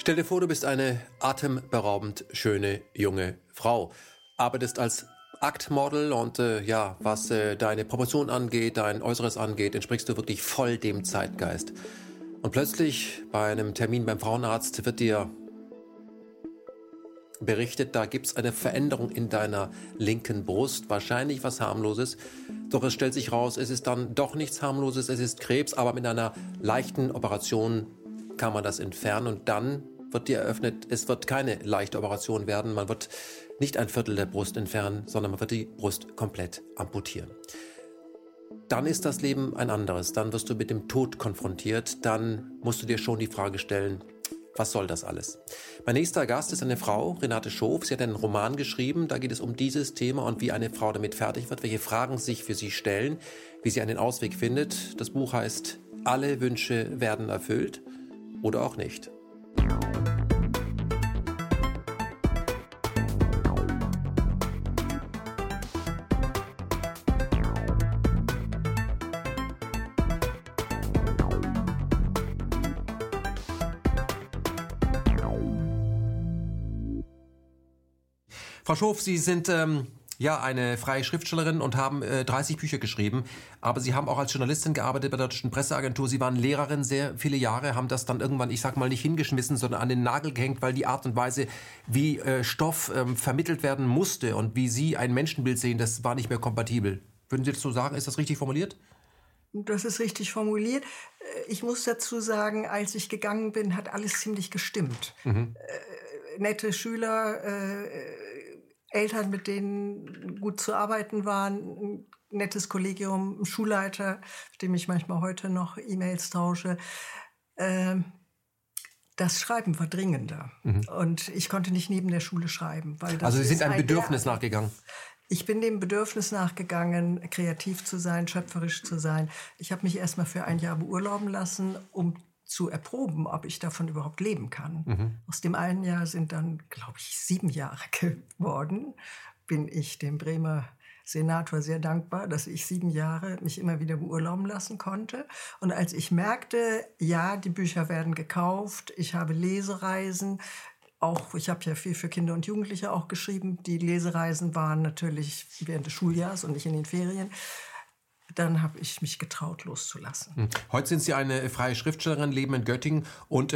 Stell dir vor, du bist eine atemberaubend schöne junge Frau, arbeitest als Aktmodel und was deine Proportion angeht, dein Äußeres angeht, entsprichst du wirklich voll dem Zeitgeist. Und plötzlich bei einem Termin beim Frauenarzt wird dir berichtet, da gibt's eine Veränderung in deiner linken Brust, wahrscheinlich was harmloses. Doch es stellt sich raus, es ist dann doch nichts harmloses, es ist Krebs, aber mit einer leichten Operation kann man das entfernen und dann wird dir eröffnet, es wird keine leichte Operation werden, man wird nicht ein Viertel der Brust entfernen, sondern man wird die Brust komplett amputieren. Dann ist das Leben ein anderes, dann wirst du mit dem Tod konfrontiert, dann musst du dir schon die Frage stellen, was soll das alles? Mein nächster Gast ist eine Frau, Renate Schof. Sie hat einen Roman geschrieben, da geht es um dieses Thema und wie eine Frau damit fertig wird, welche Fragen sich für sie stellen, wie sie einen Ausweg findet. Das Buch heißt Alle Wünsche werden erfüllt oder auch nicht. Frau Schof, Sie sind eine freie Schriftstellerin und haben 30 Bücher geschrieben, aber Sie haben auch als Journalistin gearbeitet bei der Deutschen Presseagentur. Sie waren Lehrerin sehr viele Jahre, haben das dann irgendwann, ich sag mal, nicht hingeschmissen, sondern an den Nagel gehängt, weil die Art und Weise, wie Stoff vermittelt werden musste und wie Sie ein Menschenbild sehen, das war nicht mehr kompatibel. Würden Sie das so sagen? Ist das richtig formuliert? Das ist richtig formuliert. Ich muss dazu sagen, als ich gegangen bin, hat alles ziemlich gestimmt. Nette Schüler, Eltern, mit denen gut zu arbeiten waren, ein nettes Kollegium, ein Schulleiter, mit dem ich manchmal heute noch E-Mails tausche. Das Schreiben war dringender. Und ich konnte nicht neben der Schule schreiben. Weil das also Sie sind einem Bedürfnis nachgegangen? Ich bin dem Bedürfnis nachgegangen, kreativ zu sein, schöpferisch zu sein. Ich habe mich erst mal für ein Jahr beurlauben lassen, um zu erproben, ob ich davon überhaupt leben kann. Aus dem einen Jahr sind dann, glaube ich, 7 Jahre geworden. Bin ich dem Bremer Senator sehr dankbar, dass ich 7 Jahre mich immer wieder beurlauben lassen konnte. Und als ich merkte, ja, die Bücher werden gekauft, ich habe Lesereisen, auch, ich habe ja viel für Kinder und Jugendliche auch geschrieben. Die Lesereisen waren natürlich während des Schuljahres und nicht in den Ferien. Dann habe ich mich getraut, loszulassen. Heute sind Sie eine freie Schriftstellerin, leben in Göttingen und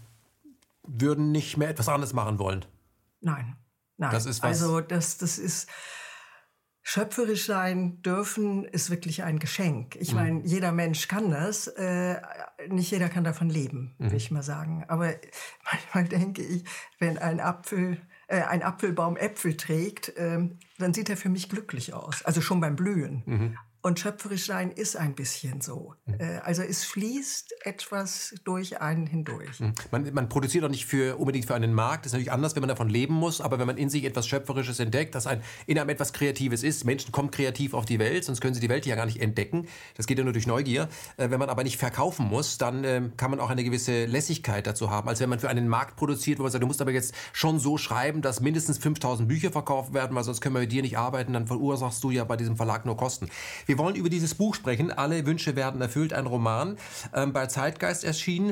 würden nicht mehr etwas anderes machen wollen? Nein. Das ist was? Also das ist schöpferisch sein dürfen, ist wirklich ein Geschenk. Ich meine, jeder Mensch kann das. Nicht jeder kann davon leben, will ich mal sagen. Aber manchmal denke ich, wenn ein Apfelbaum Äpfel trägt, dann sieht er für mich glücklich aus. Also schon beim Blühen. Und schöpferisch sein ist ein bisschen so. Also es fließt etwas durch einen hindurch. Man produziert doch nicht unbedingt für einen Markt. Das ist natürlich anders, wenn man davon leben muss. Aber wenn man in sich etwas Schöpferisches entdeckt, das in einem etwas Kreatives ist. Menschen kommen kreativ auf die Welt, sonst können sie die Welt ja gar nicht entdecken. Das geht ja nur durch Neugier. Wenn man aber nicht verkaufen muss, dann kann man auch eine gewisse Lässigkeit dazu haben. Als wenn man für einen Markt produziert, wo man sagt, du musst aber jetzt schon so schreiben, dass mindestens 5000 Bücher verkauft werden, weil sonst können wir mit dir nicht arbeiten. Dann verursachst du ja bei diesem Verlag nur Kosten. Wir wollen über dieses Buch sprechen. Alle Wünsche werden erfüllt. Ein Roman, bei Zeitgeist erschienen.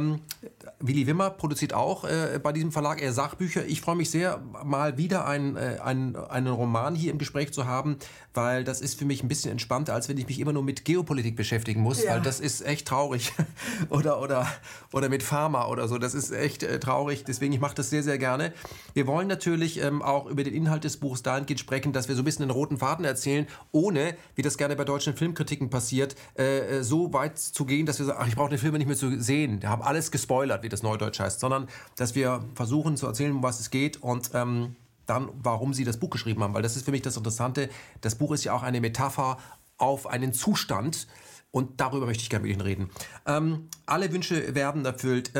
Willi Wimmer produziert auch bei diesem Verlag Sachbücher. Ich freue mich sehr, mal wieder einen Roman hier im Gespräch zu haben, weil das ist für mich ein bisschen entspannter, als wenn ich mich immer nur mit Geopolitik beschäftigen muss, weil das ist echt traurig. oder mit Pharma oder so. Das ist echt traurig. Deswegen, ich mache das sehr, sehr gerne. Wir wollen natürlich auch über den Inhalt des Buchs dahingehend sprechen, dass wir so ein bisschen den roten Faden erzählen, ohne, wie das gerne bei deutschen Filmkritiken passiert, so weit zu gehen, dass wir sagen, ich brauche den Film nicht mehr zu sehen. Wir haben alles gespoilert, wie das Neudeutsch heißt, sondern dass wir versuchen zu erzählen, um was es geht und dann, warum Sie das Buch geschrieben haben. Weil das ist für mich das Interessante. Das Buch ist ja auch eine Metapher auf einen Zustand und darüber möchte ich gerne mit Ihnen reden. Alle Wünsche werden erfüllt.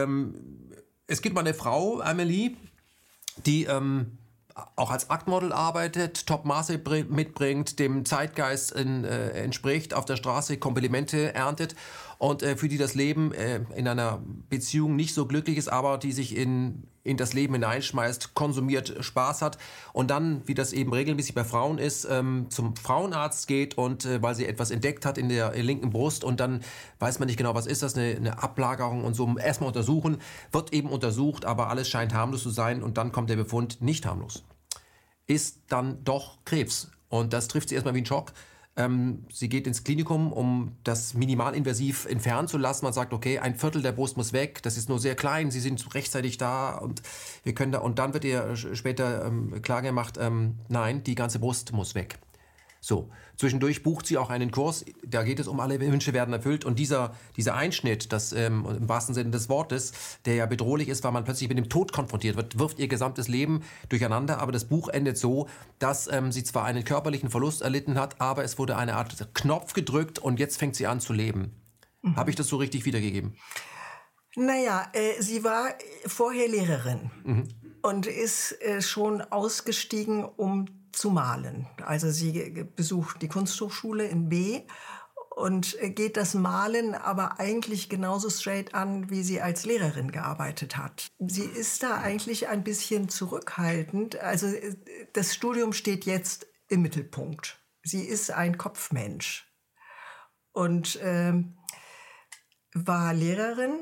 Es gibt mal eine Frau, Amelie, die auch als Aktmodel arbeitet, Top-Maße mitbringt, dem Zeitgeist entspricht, auf der Straße Komplimente erntet und für die das Leben in einer Beziehung nicht so glücklich ist, aber die sich in in das Leben hineinschmeißt, konsumiert, Spaß hat und dann, wie das eben regelmäßig bei Frauen ist, zum Frauenarzt geht und weil sie etwas entdeckt hat in der linken Brust und dann weiß man nicht genau, was ist das, eine Ablagerung und so, erstmal untersuchen, wird eben untersucht, aber alles scheint harmlos zu sein und dann kommt der Befund nicht harmlos. Ist dann doch Krebs und das trifft sie erstmal wie ein Schock. Sie geht ins Klinikum, um das minimalinvasiv entfernen zu lassen. Man sagt, okay, 1/4 der Brust muss weg, das ist nur sehr klein, Sie sind rechtzeitig da und wir können da. Und dann wird ihr später klar gemacht, nein, die ganze Brust muss weg. So, zwischendurch bucht sie auch einen Kurs, da geht es um alle Wünsche werden erfüllt und dieser Einschnitt, das im wahrsten Sinne des Wortes, der ja bedrohlich ist, weil man plötzlich mit dem Tod konfrontiert wird, wirft ihr gesamtes Leben durcheinander, aber das Buch endet so, dass sie zwar einen körperlichen Verlust erlitten hat, aber es wurde eine Art Knopf gedrückt und jetzt fängt sie an zu leben. Mhm. Habe ich das so richtig wiedergegeben? Naja, sie war vorher Lehrerin und ist schon ausgestiegen, um zu malen. Also sie besucht die Kunsthochschule in B und geht das Malen aber eigentlich genauso straight an, wie sie als Lehrerin gearbeitet hat. Sie ist da eigentlich ein bisschen zurückhaltend. Also das Studium steht jetzt im Mittelpunkt. Sie ist ein Kopfmensch und war Lehrerin.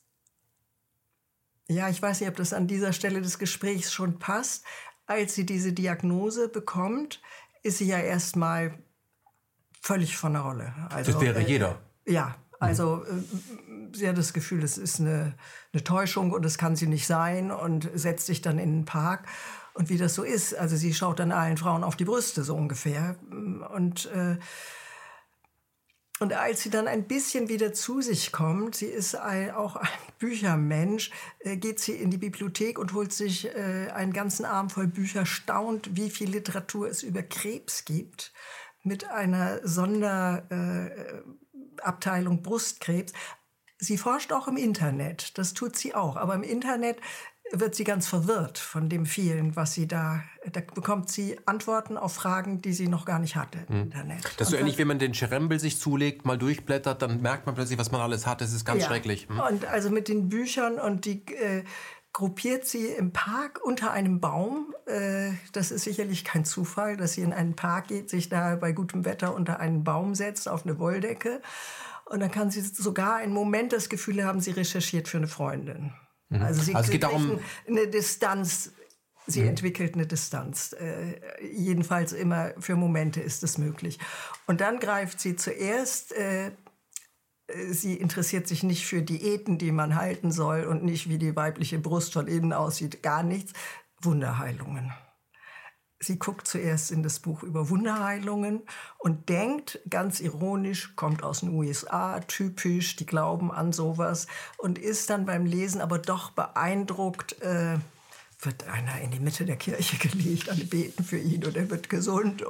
Ja, ich weiß nicht, ob das an dieser Stelle des Gesprächs schon passt. Als sie diese Diagnose bekommt, ist sie ja erstmal völlig von der Rolle. Also, das wäre jeder. Ja, also sie hat das Gefühl, es ist eine Täuschung und es kann sie nicht sein und setzt sich dann in den Park. Und wie das so ist, also sie schaut dann allen Frauen auf die Brüste so ungefähr. Und als sie dann ein bisschen wieder zu sich kommt, sie ist auch ein Büchermensch, geht sie in die Bibliothek und holt sich einen ganzen Arm voll Bücher, staunt, wie viel Literatur es über Krebs gibt, mit einer Sonderabteilung Brustkrebs. Sie forscht auch im Internet, das tut sie auch, aber im Internet wird sie ganz verwirrt von dem vielen, was sie da bekommt sie Antworten auf Fragen, die sie noch gar nicht hatte im Internet. Das ist so ähnlich, wenn man den Scherembel sich zulegt, mal durchblättert, dann merkt man plötzlich, was man alles hat. Das ist ganz schrecklich. Und also mit den Büchern und die gruppiert sie im Park unter einem Baum. Das ist sicherlich kein Zufall, dass sie in einen Park geht, sich da bei gutem Wetter unter einen Baum setzt, auf eine Wolldecke. Und dann kann sie sogar einen Moment das Gefühl haben, sie recherchiert für eine Freundin. Also sie es geht darum, eine Distanz, sie entwickelt eine Distanz. Jedenfalls immer für Momente ist es möglich. Und dann greift sie zuerst, sie interessiert sich nicht für Diäten, die man halten soll und nicht, wie die weibliche Brust von innen aussieht, gar nichts. Wunderheilungen. Sie guckt zuerst in das Buch über Wunderheilungen und denkt, ganz ironisch, kommt aus den USA, typisch, die glauben an sowas und ist dann beim Lesen aber doch beeindruckt, wird einer in die Mitte der Kirche gelegt, alle beten für ihn und er wird gesund.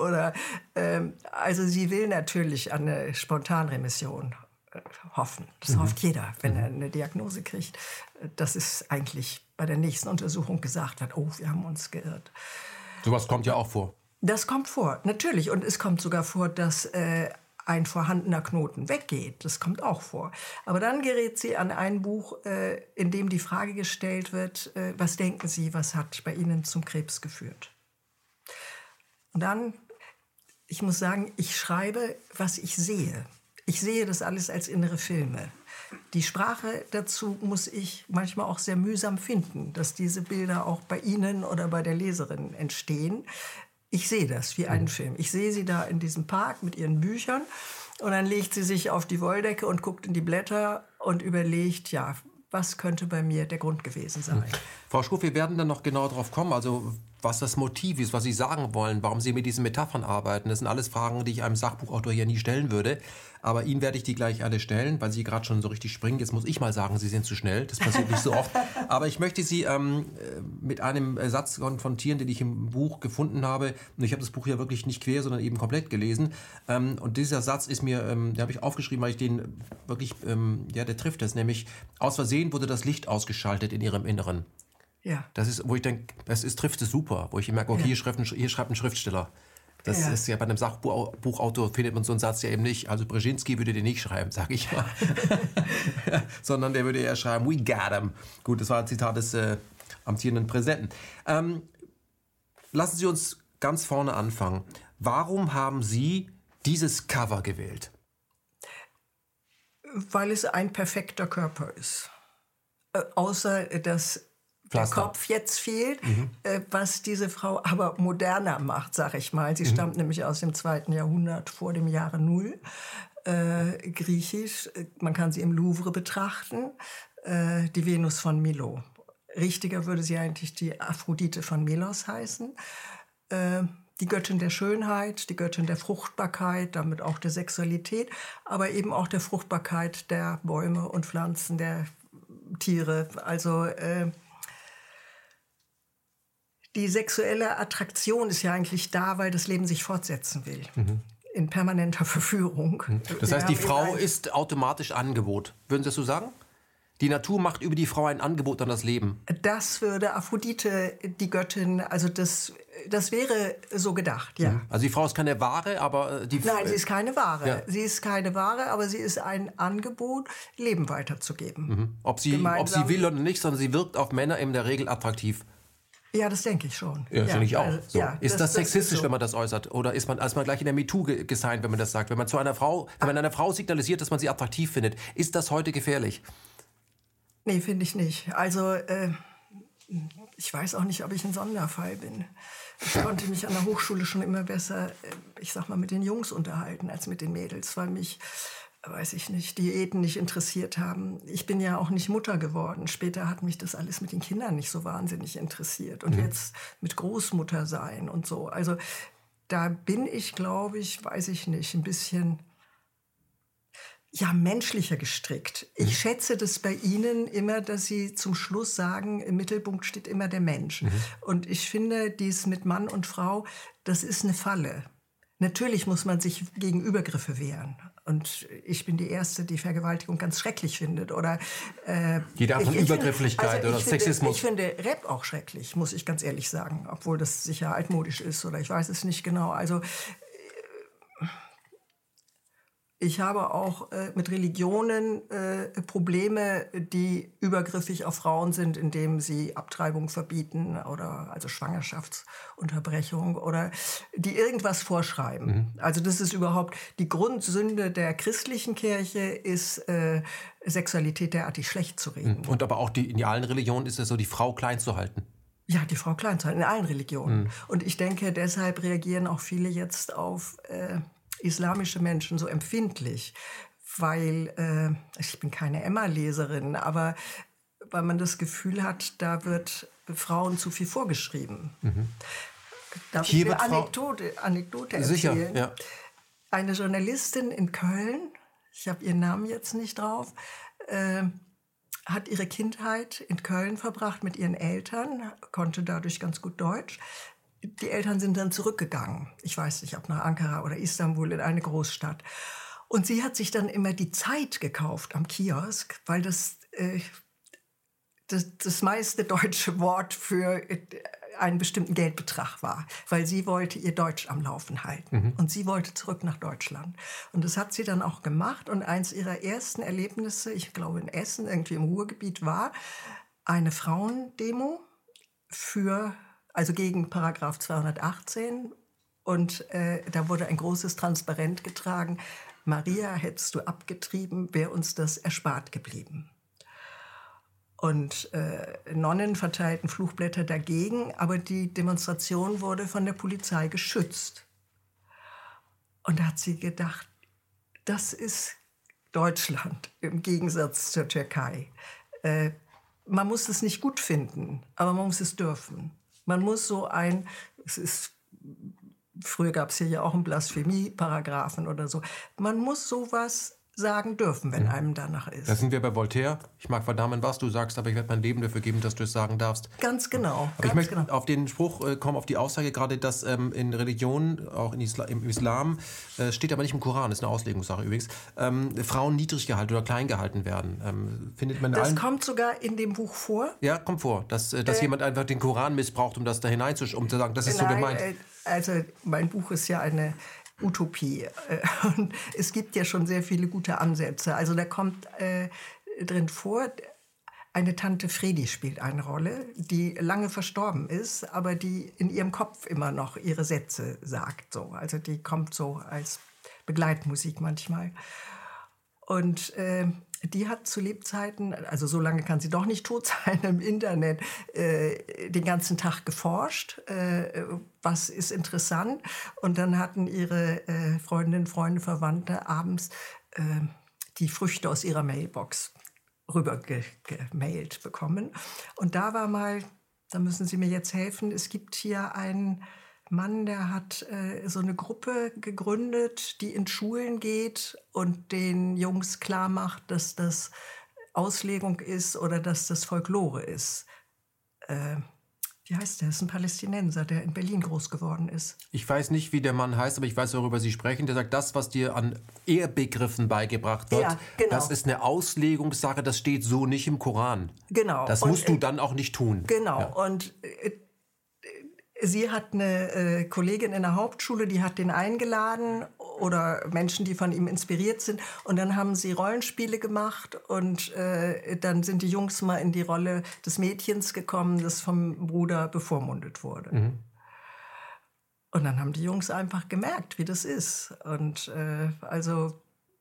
Also sie will natürlich an eine Spontanremission hoffen. Das hofft jeder, wenn er eine Diagnose kriegt. Das ist eigentlich bei der nächsten Untersuchung gesagt wird, oh, wir haben uns geirrt. Sowas kommt ja auch vor. Das kommt vor, natürlich. Und es kommt sogar vor, dass ein vorhandener Knoten weggeht. Das kommt auch vor. Aber dann gerät sie an ein Buch, in dem die Frage gestellt wird, was denken Sie, was hat bei Ihnen zum Krebs geführt? Und dann, ich muss sagen, ich schreibe, was ich sehe. Ich sehe das alles als innere Filme. Die Sprache dazu muss ich manchmal auch sehr mühsam finden, dass diese Bilder auch bei Ihnen oder bei der Leserin entstehen. Ich sehe das wie einen Film. Ich sehe sie da in diesem Park mit ihren Büchern und dann legt sie sich auf die Wolldecke und guckt in die Blätter und überlegt, ja, was könnte bei mir der Grund gewesen sein. Frau Schruff, wir werden dann noch genauer drauf kommen, also was das Motiv ist, was Sie sagen wollen, warum Sie mit diesen Metaphern arbeiten. Das sind alles Fragen, die ich einem Sachbuchautor hier nie stellen würde. Aber Ihnen werde ich die gleich alle stellen, weil Sie gerade schon so richtig springen. Jetzt muss ich mal sagen, Sie sind zu schnell. Das passiert nicht so oft. Aber ich möchte Sie mit einem Satz konfrontieren, den ich im Buch gefunden habe. Und ich habe das Buch ja wirklich nicht quer, sondern eben komplett gelesen. Und dieser Satz ist mir, den habe ich aufgeschrieben, weil ich den wirklich, der trifft es. Nämlich, aus Versehen wurde das Licht ausgeschaltet in Ihrem Inneren. Ja. Das ist, wo ich denke, trifft es super. Wo ich merke, okay, hier schreibt ein Schriftsteller. Das ist ja bei einem Sachbuchautor findet man so einen Satz ja eben nicht. Also Brzezinski würde den nicht schreiben, sag ich mal. Sondern der würde eher schreiben, we got him. Gut, das war ein Zitat des amtierenden Präsidenten. Lassen Sie uns ganz vorne anfangen. Warum haben Sie dieses Cover gewählt? Weil es ein perfekter Körper ist. Außer, dass der Kopf jetzt fehlt, was diese Frau aber moderner macht, sag ich mal. Sie stammt nämlich aus dem 2. Jahrhundert vor dem Jahre 0, griechisch. Man kann sie im Louvre betrachten, die Venus von Milo. Richtiger würde sie eigentlich die Aphrodite von Melos heißen. Die Göttin der Schönheit, die Göttin der Fruchtbarkeit, damit auch der Sexualität, aber eben auch der Fruchtbarkeit der Bäume und Pflanzen, der Tiere. Also die sexuelle Attraktion ist ja eigentlich da, weil das Leben sich fortsetzen will. In permanenter Verführung. Das heißt, die Frau ist automatisch Angebot. Würden Sie das so sagen? Die Natur macht über die Frau ein Angebot an das Leben. Das würde Aphrodite, die Göttin, also das wäre so gedacht, ja. Also die Frau ist keine Ware, aber Nein, sie ist keine Ware. Ja. Sie ist keine Ware, aber sie ist ein Angebot, Leben weiterzugeben. Ob sie will oder nicht, sondern sie wirkt auf Männer in der Regel attraktiv. Ja, das denke ich schon. Ja, finde ich auch. So. Ja, ist das sexistisch, so. Wenn man das äußert? Oder ist man gleich in der MeToo gesigned, wenn man das sagt? Wenn man einer Frau signalisiert, dass man sie attraktiv findet, ist das heute gefährlich? Nee, finde ich nicht. Also, ich weiß auch nicht, ob ich ein Sonderfall bin. Ich konnte mich an der Hochschule schon immer besser, ich sag mal, mit den Jungs unterhalten als mit den Mädels, weil mich, weiß ich nicht, Diäten nicht interessiert haben. Ich bin ja auch nicht Mutter geworden. Später hat mich das alles mit den Kindern nicht so wahnsinnig interessiert. Und jetzt mit Großmutter sein und so. Also da bin ich, glaube ich, weiß ich nicht, ein bisschen menschlicher gestrickt. Ich schätze das bei Ihnen immer, dass Sie zum Schluss sagen, im Mittelpunkt steht immer der Mensch. Und ich finde, dies mit Mann und Frau, das ist eine Falle. Natürlich muss man sich gegen Übergriffe wehren. Und ich bin die Erste, die Vergewaltigung ganz schrecklich findet. Oder, jede Art von Übergrifflichkeit oder Sexismus. Ich finde Rap auch schrecklich, muss ich ganz ehrlich sagen. Obwohl das sicher altmodisch ist oder ich weiß es nicht genau. Also ich habe auch mit Religionen Probleme, die übergriffig auf Frauen sind, indem sie Abtreibung verbieten oder also Schwangerschaftsunterbrechung oder die irgendwas vorschreiben. Also das ist überhaupt die Grundsünde der christlichen Kirche ist Sexualität derartig schlecht zu reden. Und aber auch in allen Religionen ist es so, die Frau klein zu halten. Ja, die Frau klein zu halten, in allen Religionen. Und ich denke, deshalb reagieren auch viele jetzt auf islamische Menschen so empfindlich, weil, ich bin keine Emma-Leserin, aber weil man das Gefühl hat, da wird Frauen zu viel vorgeschrieben. Darf ich eine Anekdote erzählen? Sicher, ja. Eine Journalistin in Köln, ich habe ihren Namen jetzt nicht drauf, hat ihre Kindheit in Köln verbracht mit ihren Eltern, konnte dadurch ganz gut Deutsch. Die Eltern sind dann zurückgegangen. Ich weiß nicht, ob nach Ankara oder Istanbul in eine Großstadt. Und sie hat sich dann immer die Zeit gekauft am Kiosk, weil das meiste deutsche Wort für einen bestimmten Geldbetrag war. Weil sie wollte ihr Deutsch am Laufen halten. Und sie wollte zurück nach Deutschland. Und das hat sie dann auch gemacht. Und eins ihrer ersten Erlebnisse, ich glaube in Essen, irgendwie im Ruhrgebiet, war eine Frauendemo also gegen Paragraph 218. Und da wurde ein großes Transparent getragen. Maria, hättest du abgetrieben, wäre uns das erspart geblieben. Und Nonnen verteilten Fluchblätter dagegen, aber die Demonstration wurde von der Polizei geschützt. Und da hat sie gedacht, das ist Deutschland im Gegensatz zur Türkei. Man muss es nicht gut finden, aber man muss es dürfen. Man muss früher gab es hier ja auch einen Blasphemie-Paragraphen oder so. Man muss sowas sagen dürfen, wenn einem danach ist. Da sind wir bei Voltaire. Ich mag verdammen, was du sagst, aber ich werde mein Leben dafür geben, dass du es sagen darfst. Ganz genau. Aber ich möchte auf den Spruch kommen, auf die Aussage gerade, dass in Religionen, auch im Islam, steht aber nicht im Koran, ist eine Auslegungssache übrigens, Frauen niedrig gehalten oder klein gehalten werden. Findet man das kommt sogar in dem Buch vor? Ja, kommt vor, dass jemand einfach den Koran missbraucht, um das da hineinzuschreiben, um zu sagen, das ist so gemeint. Also mein Buch ist ja eine Utopie. Und es gibt ja schon sehr viele gute Ansätze. Also da kommt drin vor, eine Tante Fredi spielt eine Rolle, die lange verstorben ist, aber die in ihrem Kopf immer noch ihre Sätze sagt. So. Also die kommt so als Begleitmusik manchmal. Und die hat zu Lebzeiten, also so lange kann sie doch nicht tot sein, im Internet den ganzen Tag geforscht. Was ist interessant? Und dann hatten ihre Freundinnen, Freunde, Verwandte abends die Früchte aus ihrer Mailbox rübergemailt bekommen. Und da war mal, da müssen Sie mir jetzt helfen, es gibt hier einen Mann, der hat so eine Gruppe gegründet, die in Schulen geht und den Jungs klar macht, dass das Auslegung ist oder dass das Folklore ist. Wie heißt der? Das ist ein Palästinenser, der in Berlin groß geworden ist. Ich weiß nicht, wie der Mann heißt, aber ich weiß, worüber Sie sprechen. Der sagt, das, was dir an Ehrbegriffen beigebracht wird, Ja, genau. Das ist eine Auslegungssache, das steht so nicht im Koran. Genau. Das musst du dann auch nicht tun. Genau. Ja. Und sie hat eine Kollegin in der Hauptschule, die hat den eingeladen oder Menschen, die von ihm inspiriert sind. Und dann haben sie Rollenspiele gemacht und dann sind die Jungs mal in die Rolle des Mädchens gekommen, das vom Bruder bevormundet wurde. Mhm. Und dann haben die Jungs einfach gemerkt, wie das ist. Und also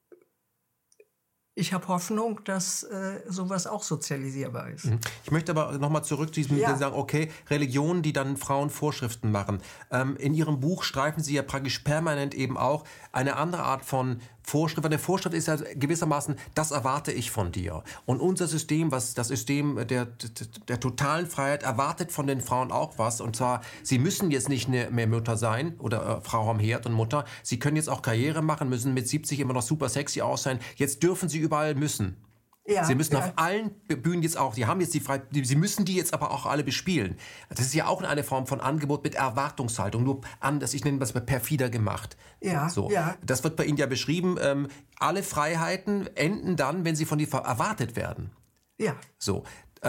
ich habe Hoffnung, dass sowas auch sozialisierbar ist. Ich möchte aber nochmal zurück zu diesem, sagen, okay, Religionen, die dann Frauen Vorschriften machen. In Ihrem Buch streifen Sie ja praktisch permanent eben auch eine andere Art von Vorschrift. Eine Vorschrift ist ja gewissermaßen, das erwarte ich von dir. Und unser System, das System der totalen Freiheit, erwartet von den Frauen auch was. Und zwar, sie müssen jetzt nicht mehr Mutter sein oder Frau am Herd und Mutter. Sie können jetzt auch Karriere machen, müssen mit 70 immer noch super sexy aussehen. Jetzt dürfen sie überall müssen. Ja, sie müssen auf allen Bühnen jetzt auch, sie haben jetzt sie müssen die jetzt aber auch alle bespielen. Das ist ja auch eine Form von Angebot mit Erwartungshaltung, nur anders, ich nenne das perfider gemacht. Ja, so. Ja. Das wird bei Ihnen ja beschrieben, alle Freiheiten enden dann, wenn sie von dir erwartet werden. Ja. So.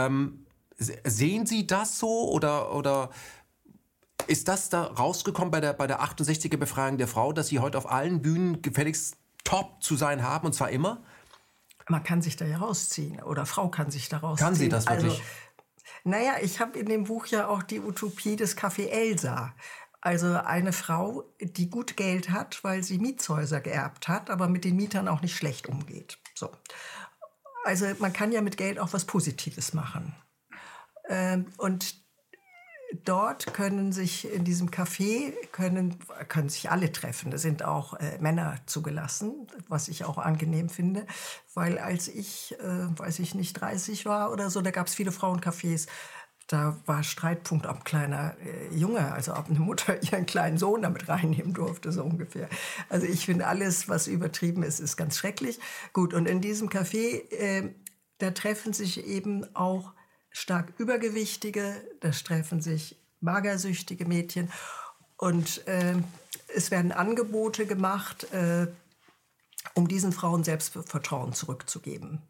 Sehen Sie das so oder ist das da rausgekommen bei der 68er Befreiung der Frau, dass Sie heute auf allen Bühnen gefälligst top zu sein haben und zwar immer? Man kann sich da ja rausziehen oder Frau kann sich da rausziehen. Kann sie das wirklich? Also, naja, ich habe in dem Buch ja auch die Utopie des Café Elsa. Also eine Frau, die gut Geld hat, weil sie Mietshäuser geerbt hat, aber mit den Mietern auch nicht schlecht umgeht. So. Also man kann ja mit Geld auch was Positives machen. Und dort können sich in diesem Café können sich alle treffen. Da sind auch Männer zugelassen, was ich auch angenehm finde. Weil als ich, 30 war oder so, da gab es viele Frauencafés. Da war Streitpunkt, ob ein kleiner Junge, also ob eine Mutter ihren kleinen Sohn damit reinnehmen durfte, so ungefähr. Also ich finde, alles, was übertrieben ist, ist ganz schrecklich. Gut, und in diesem Café, da treffen sich eben auch stark Übergewichtige, da treffen sich magersüchtige Mädchen und es werden Angebote gemacht, um diesen Frauen Selbstvertrauen zurückzugeben.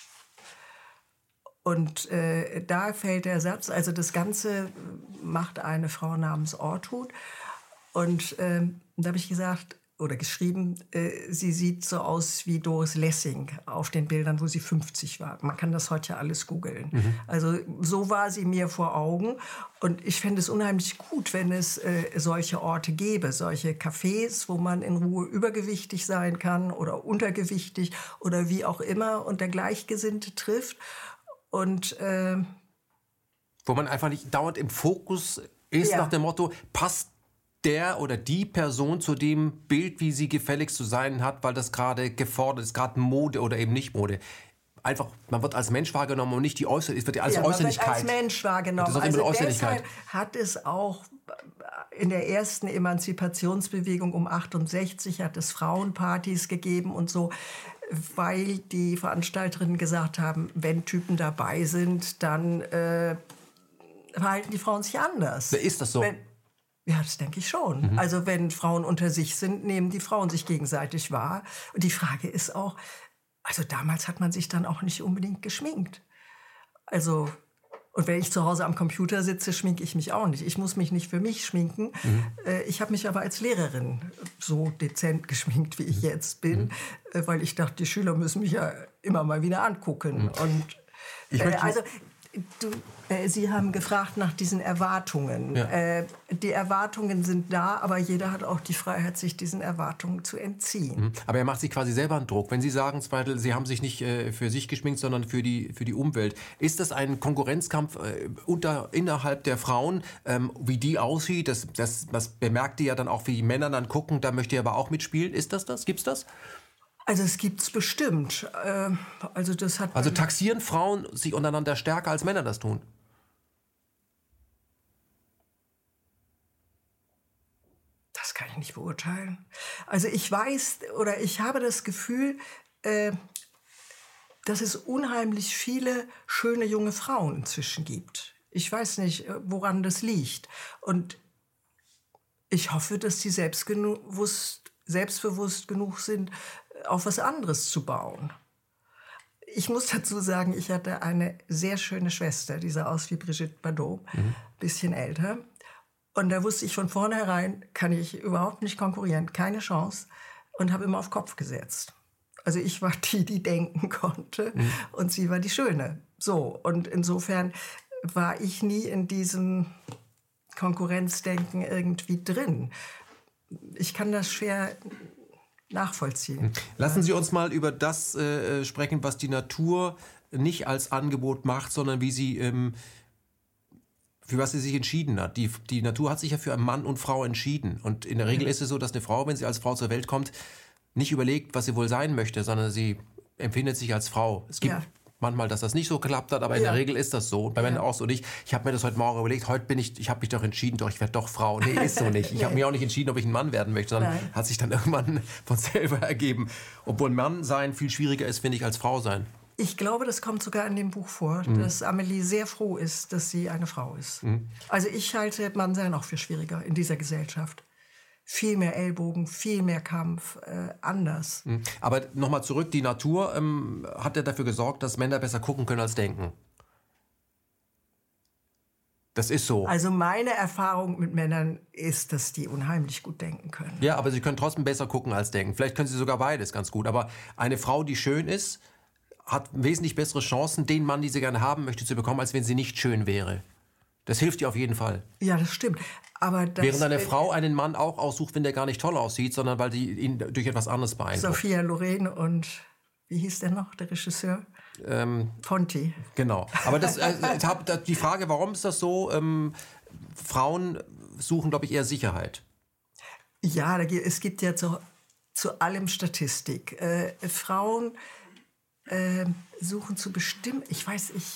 Und da fällt der Satz, also das Ganze macht eine Frau namens Ortrud. Und da habe ich gesagt oder geschrieben, sie sieht so aus wie Doris Lessing auf den Bildern, wo sie 50 war. Man kann das heute ja alles googeln. Mhm. Also so war sie mir vor Augen. Und ich fände es unheimlich gut, wenn es solche Orte gäbe, solche Cafés, wo man in Ruhe übergewichtig sein kann oder untergewichtig oder wie auch immer und der Gleichgesinnte trifft. Und wo man einfach nicht dauernd im Fokus ist, nach dem Motto, passt der oder die Person zu dem Bild, wie sie gefälligst zu sein hat, weil das gerade gefordert ist, gerade Mode oder eben nicht Mode. Einfach, man wird als Mensch wahrgenommen und nicht die Äußerlichkeit. Es wird als Äußerlichkeit. Man wird als Mensch wahrgenommen. Also deshalb hat es auch in der ersten Emanzipationsbewegung um 68 hat es Frauenpartys gegeben und so, weil die Veranstalterinnen gesagt haben, wenn Typen dabei sind, dann verhalten die Frauen sich anders. Ist das so? Ja, das denke ich schon. Mhm. Also wenn Frauen unter sich sind, nehmen die Frauen sich gegenseitig wahr. Und die Frage ist auch, also damals hat man sich dann auch nicht unbedingt geschminkt. Also Und wenn ich zu Hause am Computer sitze, schminke ich mich auch nicht. Ich muss mich nicht für mich schminken. Ich habe mich aber als Lehrerin so dezent geschminkt, wie ich jetzt bin, weil ich dachte, die Schüler müssen mich ja immer mal wieder angucken. Und Sie haben gefragt nach diesen Erwartungen. Ja. Die Erwartungen sind da, aber jeder hat auch die Freiheit, sich diesen Erwartungen zu entziehen. Aber er macht sich quasi selber einen Druck. Wenn Sie sagen, Sie haben sich nicht für sich geschminkt, sondern für die Umwelt. Ist das ein Konkurrenzkampf innerhalb der Frauen, wie die aussieht? Das bemerkt ihr ja dann auch, wie die Männer dann gucken. Da möchte ihr aber auch mitspielen. Ist das? Gibt's das? Also es gibt's bestimmt. Also taxieren Frauen sich untereinander stärker als Männer das tun? Das kann ich nicht beurteilen. Also ich weiß oder ich habe das Gefühl, dass es unheimlich viele schöne junge Frauen inzwischen gibt. Ich weiß nicht, woran das liegt. Und ich hoffe, dass die selbstbewusst genug sind, auf was anderes zu bauen. Ich muss dazu sagen, ich hatte eine sehr schöne Schwester, die sah aus wie Brigitte Bardot, bisschen älter. Und da wusste ich von vornherein, kann ich überhaupt nicht konkurrieren, keine Chance. Und habe immer auf Kopf gesetzt. Also ich war die denken konnte und sie war die Schöne. So, und insofern war ich nie in diesem Konkurrenzdenken irgendwie drin. Ich kann das schwer nachvollziehen. Lassen Sie uns mal über das sprechen, was die Natur nicht als Angebot macht, sondern wie sie, für was sie sich entschieden hat. Die Natur hat sich ja für einen Mann und Frau entschieden. Und in der Regel ist es so, dass eine Frau, wenn sie als Frau zur Welt kommt, nicht überlegt, was sie wohl sein möchte, sondern sie empfindet sich als Frau. Es gibt manchmal, dass das nicht so geklappt hat, aber in der Regel ist das so. Und bei Männern auch so. Und ich habe mir das heute Morgen überlegt, ich habe mich doch entschieden, ich werde doch Frau. Nee, ist so nicht. Ich habe mich auch nicht entschieden, ob ich ein Mann werden möchte, sondern hat sich dann irgendwann von selber ergeben. Obwohl Mann sein viel schwieriger ist, finde ich, als Frau sein. Ich glaube, das kommt sogar in dem Buch vor, dass Amelie sehr froh ist, dass sie eine Frau ist. Also ich halte Mannsein auch für schwieriger in dieser Gesellschaft. Viel mehr Ellbogen, viel mehr Kampf, anders. Aber nochmal zurück, die Natur hat ja dafür gesorgt, dass Männer besser gucken können als denken. Das ist so. Also meine Erfahrung mit Männern ist, dass die unheimlich gut denken können. Ja, aber sie können trotzdem besser gucken als denken. Vielleicht können sie sogar beides ganz gut. Aber eine Frau, die schön ist, hat wesentlich bessere Chancen, den Mann, den sie gerne haben möchte, zu bekommen, als wenn sie nicht schön wäre. Das hilft ihr auf jeden Fall. Ja, das stimmt. Aber während eine Frau einen Mann auch aussucht, wenn der gar nicht toll aussieht, sondern weil die ihn durch etwas anderes beeindruckt. Sophia Loren und, wie hieß der noch, der Regisseur? Ponti. Genau. Aber die Frage, warum ist das so? Frauen suchen, glaube ich, eher Sicherheit. Ja, es gibt ja zu allem Statistik. Frauen suchen zu bestimmen, ich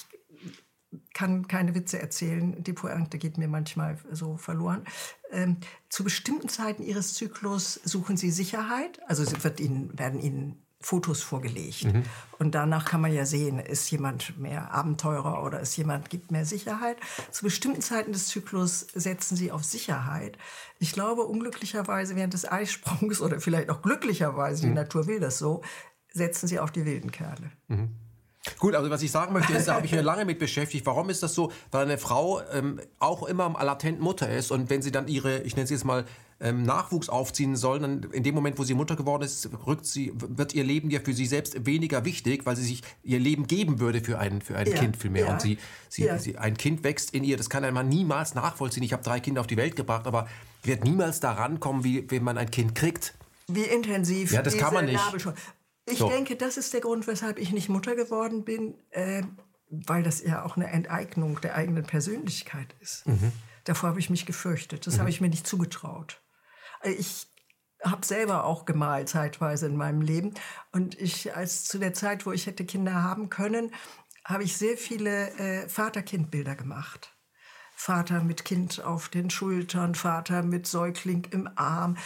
kann keine Witze erzählen, die Pointe geht mir manchmal so verloren. Zu bestimmten Zeiten ihres Zyklus suchen sie Sicherheit, also werden ihnen Fotos vorgelegt. Und danach kann man ja sehen, ist jemand mehr Abenteurer oder gibt mehr Sicherheit. Zu bestimmten Zeiten des Zyklus setzen sie auf Sicherheit. Ich glaube, unglücklicherweise während des Eisprungs oder vielleicht auch glücklicherweise, die Natur will das so, setzen sie auf die wilden Kerle. Gut, also was ich sagen möchte, ist, da habe ich mich lange mit beschäftigt. Warum ist das so? Weil eine Frau auch immer latent Mutter ist und wenn sie dann ich nenne sie jetzt mal, Nachwuchs aufziehen soll, dann in dem Moment, wo sie Mutter geworden ist, wird ihr Leben ja für sie selbst weniger wichtig, weil sie sich ihr Leben geben würde für ein Kind vielmehr. Ja. Und ein Kind wächst in ihr, das kann ein Mann niemals nachvollziehen. Ich habe 3 Kinder auf die Welt gebracht, aber wird niemals daran kommen, wenn man ein Kind kriegt. Wie intensiv ja, das kann man nicht. Ich denke, das ist der Grund, weshalb ich nicht Mutter geworden bin, weil das ja auch eine Enteignung der eigenen Persönlichkeit ist. Davor habe ich mich gefürchtet. Das habe ich mir nicht zugetraut. Ich habe selber auch gemalt zeitweise in meinem Leben. Und zu der Zeit, wo ich hätte Kinder haben können, habe ich sehr viele Vater-Kind-Bilder gemacht. Vater mit Kind auf den Schultern, Vater mit Säugling im Arm.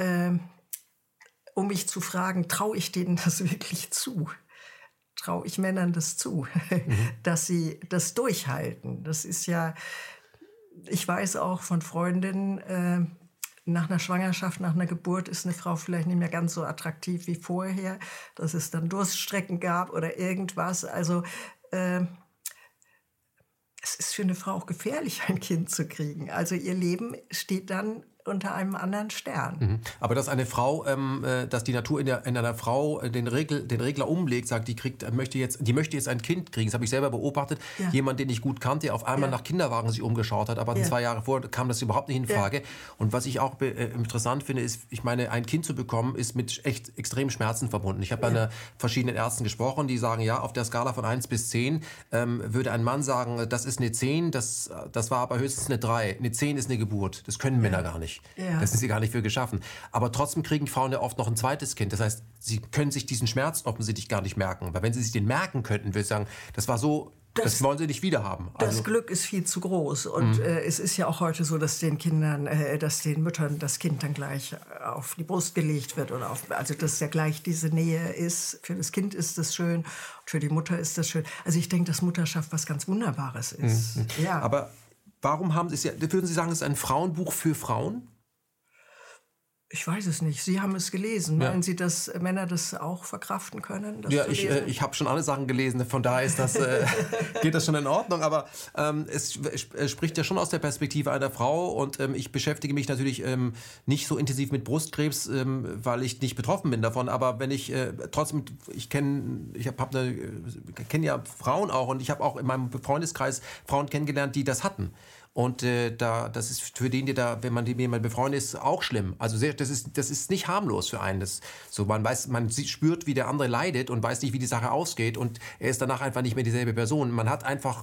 Um mich zu fragen, traue ich denen das wirklich zu? Traue ich Männern das zu, dass sie das durchhalten? Das ist ja, ich weiß auch von Freundinnen, nach einer Schwangerschaft, nach einer Geburt ist eine Frau vielleicht nicht mehr ganz so attraktiv wie vorher, dass es dann Durststrecken gab oder irgendwas. Also es es ist für eine Frau auch gefährlich, ein Kind zu kriegen. Also ihr Leben steht dann unter einem anderen Stern. Aber dass eine Frau, dass die Natur in einer Frau den Regler umlegt, sagt, die möchte jetzt ein Kind kriegen. Das habe ich selber beobachtet. Ja. Jemand, den ich gut kannte, der auf einmal nach Kinderwagen sich umgeschaut hat, aber 2 Jahre vorher kam das überhaupt nicht in Frage. Und was ich auch interessant finde, ist, ich meine, ein Kind zu bekommen, ist mit echt extremen Schmerzen verbunden. Ich habe bei verschiedenen Ärzten gesprochen, die sagen, ja, auf der Skala von 1 bis 10 würde ein Mann sagen, das ist eine 10, das war aber höchstens eine 3. Eine 10 ist eine Geburt. Das können Männer gar nicht. Ja. Das sind sie gar nicht für geschaffen. Aber trotzdem kriegen Frauen ja oft noch ein zweites Kind. Das heißt, sie können sich diesen Schmerz offensichtlich gar nicht merken. Weil wenn sie sich den merken könnten, würde ich sagen, das war so, das wollen sie nicht wiederhaben. Das Glück ist viel zu groß. Und es ist ja auch heute so, dass den Müttern das Kind dann gleich auf die Brust gelegt wird. Also dass ja gleich diese Nähe ist. Für das Kind ist das schön, für die Mutter ist das schön. Also ich denke, dass Mutterschaft was ganz Wunderbares ist. Ja. Aber warum würden Sie sagen, es ist ein Frauenbuch für Frauen? Ich weiß es nicht. Sie haben es gelesen. Ja. Meinen Sie, dass Männer das auch verkraften können? Ja, ich habe schon alle Sachen gelesen. Von daher geht das schon in Ordnung. Aber es spricht ja schon aus der Perspektive einer Frau. Und ich beschäftige mich natürlich nicht so intensiv mit Brustkrebs, weil ich nicht betroffen bin davon. Aber wenn ich trotzdem, ich kenne ja Frauen auch. Und ich habe auch in meinem Freundeskreis Frauen kennengelernt, die das hatten. Und das ist für den, wenn man mit jemandem befreundet ist, auch schlimm. Also das ist nicht harmlos für einen. Man spürt, wie der andere leidet und weiß nicht, wie die Sache ausgeht. Und er ist danach einfach nicht mehr dieselbe Person. Man hat einfach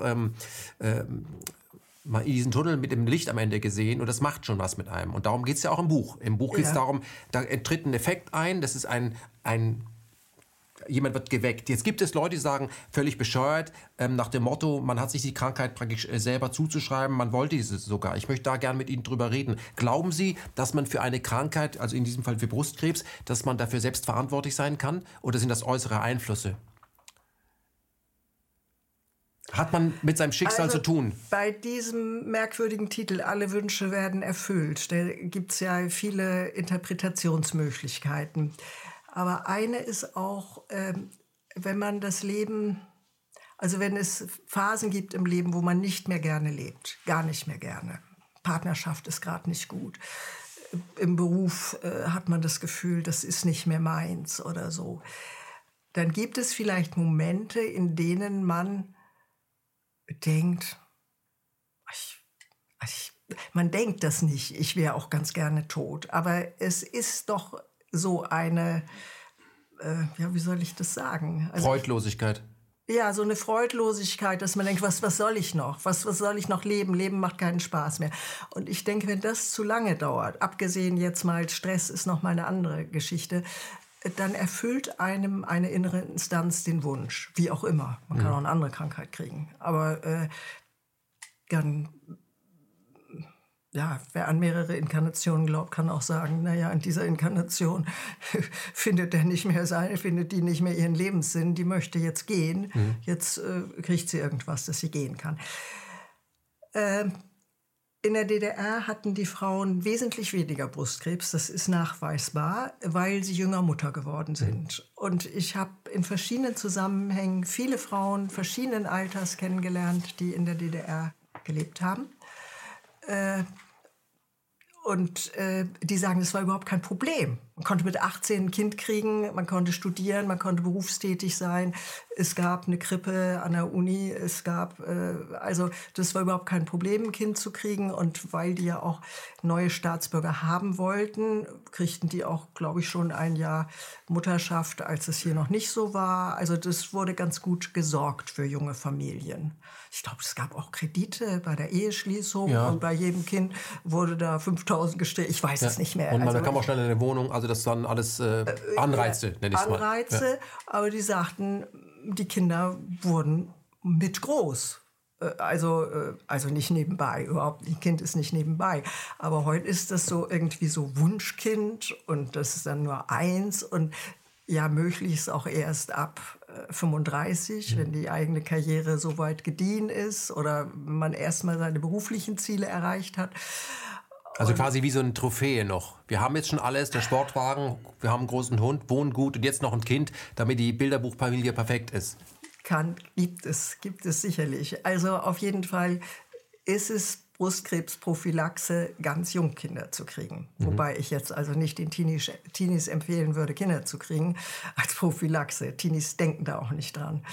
mal diesen Tunnel mit dem Licht am Ende gesehen und das macht schon was mit einem. Und darum geht es ja auch im Buch. Im Buch geht es darum, da tritt ein Effekt ein. Das ist jemand wird geweckt. Jetzt gibt es Leute, die sagen, völlig bescheuert, nach dem Motto, man hat sich die Krankheit praktisch selber zuzuschreiben, man wollte es sogar. Ich möchte da gerne mit Ihnen drüber reden. Glauben Sie, dass man für eine Krankheit, also in diesem Fall für Brustkrebs, dass man dafür selbst verantwortlich sein kann? Oder sind das äußere Einflüsse? Hat man mit seinem Schicksal zu tun? Bei diesem merkwürdigen Titel, Alle Wünsche werden erfüllt, da gibt es ja viele Interpretationsmöglichkeiten. Aber eine ist auch, wenn man das Leben, also wenn es Phasen gibt im Leben, wo man nicht mehr gerne lebt, gar nicht mehr gerne. Partnerschaft ist gerade nicht gut. Im Beruf hat man das Gefühl, das ist nicht mehr meins oder so. Dann gibt es vielleicht Momente, in denen man denkt, man denkt das nicht, ich wäre auch ganz gerne tot. Aber es ist doch so eine, wie soll ich das sagen? Also Freudlosigkeit. Ja, so eine Freudlosigkeit, dass man denkt, was soll ich noch? Was soll ich noch leben? Leben macht keinen Spaß mehr. Und ich denke, wenn das zu lange dauert, abgesehen jetzt mal, Stress ist noch mal eine andere Geschichte, dann erfüllt einem eine innere Instanz den Wunsch, wie auch immer. Man kann auch eine andere Krankheit kriegen. Aber dann... Ja, wer an mehrere Inkarnationen glaubt, kann auch sagen, naja, in dieser Inkarnation findet die nicht mehr ihren Lebenssinn, die möchte jetzt gehen, jetzt kriegt sie irgendwas, dass sie gehen kann. In der DDR hatten die Frauen wesentlich weniger Brustkrebs, das ist nachweisbar, weil sie jünger Mutter geworden sind. Und ich habe in verschiedenen Zusammenhängen viele Frauen verschiedenen Alters kennengelernt, die in der DDR gelebt haben. Und die sagen, das war überhaupt kein Problem. Man konnte mit 18 ein Kind kriegen, man konnte studieren, man konnte berufstätig sein. Es gab eine Krippe an der Uni, also das war überhaupt kein Problem, ein Kind zu kriegen. Und weil die ja auch neue Staatsbürger haben wollten, kriegten die auch, glaube ich, schon ein Jahr Mutterschaft, als es hier noch nicht so war. Also das wurde ganz gut gesorgt für junge Familien. Ich glaube, es gab auch Kredite bei der Eheschließung und bei jedem Kind wurde da 5.000 gestellt. Ich weiß es nicht mehr. Und man bekam auch schnell eine Wohnung, also das waren alles Anreize, nenne ich es mal. Anreize, aber die sagten, die Kinder wurden mit groß. Also nicht nebenbei, überhaupt, ein Kind ist nicht nebenbei. Aber heute ist das so irgendwie so Wunschkind und das ist dann nur 1 und ja, möglichst auch erst ab 35, wenn die eigene Karriere so weit gediehen ist oder man erstmal seine beruflichen Ziele erreicht hat. Also quasi wie so eine Trophäe noch. Wir haben jetzt schon alles, der Sportwagen, wir haben einen großen Hund, wohnen gut und jetzt noch ein Kind, damit die Bilderbuchfamilie perfekt ist. Gibt es sicherlich. Also auf jeden Fall ist es Brustkrebsprophylaxe, ganz jung Kinder zu kriegen. Wobei ich jetzt also nicht den Teenies empfehlen würde, Kinder zu kriegen als Prophylaxe. Teenies denken da auch nicht dran.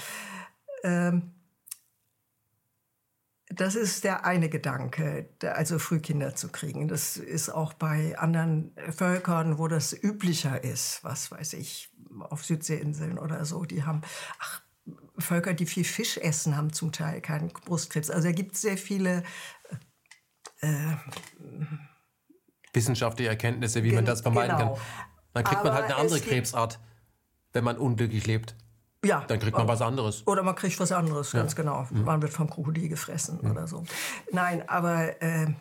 Das ist der eine Gedanke, also Frühkinder zu kriegen. Das ist auch bei anderen Völkern, wo das üblicher ist, was weiß ich, auf Südseeinseln oder so. Die haben, Völker, die viel Fisch essen, haben zum Teil keinen Brustkrebs. Also da gibt es sehr viele wissenschaftliche Erkenntnisse, wie man das vermeiden kann. Dann kriegt man halt eine andere Krebsart, wenn man unglücklich lebt. Ja. Dann kriegt man was anderes. Oder man kriegt was anderes, ganz genau. Man wird vom Krokodil gefressen oder so. Nein, aber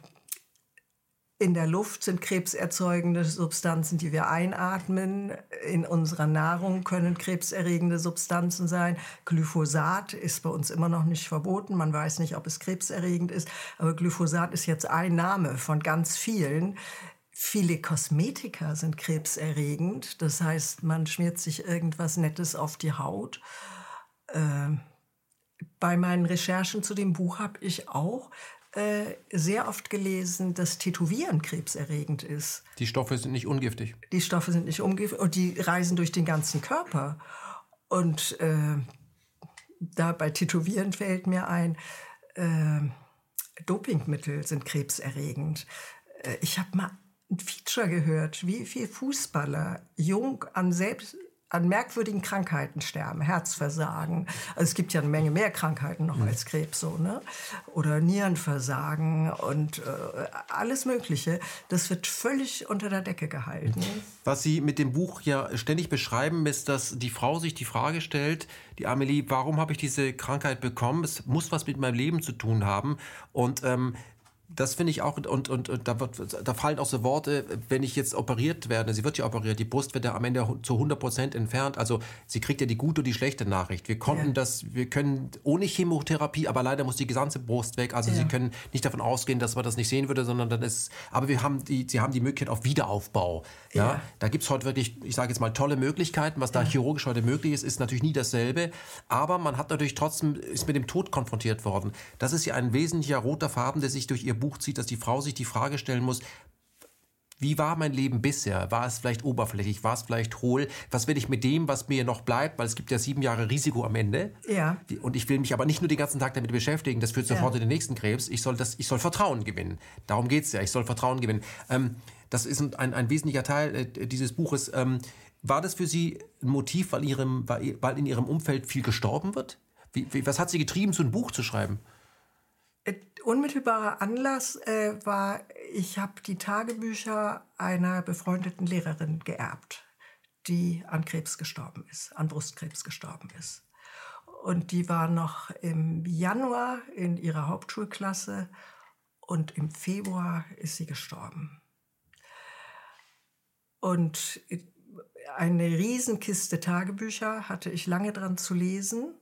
in der Luft sind krebserzeugende Substanzen, die wir einatmen. In unserer Nahrung können krebserregende Substanzen sein. Glyphosat ist bei uns immer noch nicht verboten. Man weiß nicht, ob es krebserregend ist. Aber Glyphosat ist jetzt ein Name von ganz vielen. Viele Kosmetika sind krebserregend. Das heißt, man schmiert sich irgendwas Nettes auf die Haut. Bei meinen Recherchen zu dem Buch habe ich auch sehr oft gelesen, dass Tätowieren krebserregend ist. Die Stoffe sind nicht ungiftig. Die Stoffe sind nicht ungiftig und die reisen durch den ganzen Körper. Und da bei Tätowieren fällt mir ein, Dopingmittel sind krebserregend. Ich habe mal ein Feature gehört, wie viele Fußballer jung an merkwürdigen Krankheiten sterben, Herzversagen. Also es gibt ja eine Menge mehr Krankheiten noch als Krebs, so, ne? Oder Nierenversagen und alles Mögliche. Das wird völlig unter der Decke gehalten. Was Sie mit dem Buch ja ständig beschreiben, ist, dass die Frau sich die Frage stellt, die Amelie, warum habe ich diese Krankheit bekommen? Es muss was mit meinem Leben zu tun haben. Und das finde ich auch, und da fallen auch so Worte, wenn ich jetzt operiert werde, sie wird ja operiert, die Brust wird ja am Ende zu 100% entfernt, also sie kriegt ja die gute und die schlechte Nachricht. Wir können ohne Chemotherapie, aber leider muss die gesamte Brust weg, also Sie können nicht davon ausgehen, dass man das nicht sehen würde, sondern dann ist, aber sie haben die Möglichkeit auf Wiederaufbau. Ja? Da gibt es heute wirklich, ich sage jetzt mal, tolle Möglichkeiten, was da chirurgisch heute möglich ist natürlich nie dasselbe, aber man hat natürlich trotzdem, ist mit dem Tod konfrontiert worden. Das ist ja ein wesentlicher roter Faden, der sich durch ihr Buch zieht, dass die Frau sich die Frage stellen muss, wie war mein Leben bisher? War es vielleicht oberflächlich? War es vielleicht hohl? Was will ich mit dem, was mir noch bleibt? Weil es gibt ja 7 Jahre Risiko am Ende. Ja. Und ich will mich aber nicht nur den ganzen Tag damit beschäftigen, das führt sofort in den nächsten Krebs. Ich soll Vertrauen gewinnen. Darum geht es ja. Ich soll Vertrauen gewinnen. Das ist ein wesentlicher Teil dieses Buches. War das für Sie ein Motiv, weil in Ihrem Umfeld viel gestorben wird? Was hat Sie getrieben, so ein Buch zu schreiben? Unmittelbarer Anlass war, ich habe die Tagebücher einer befreundeten Lehrerin geerbt, die an Krebs gestorben ist, an Brustkrebs gestorben ist. Und die war noch im Januar in ihrer Hauptschulklasse und im Februar ist sie gestorben. Und eine Riesenkiste Tagebücher hatte ich lange dran zu lesen.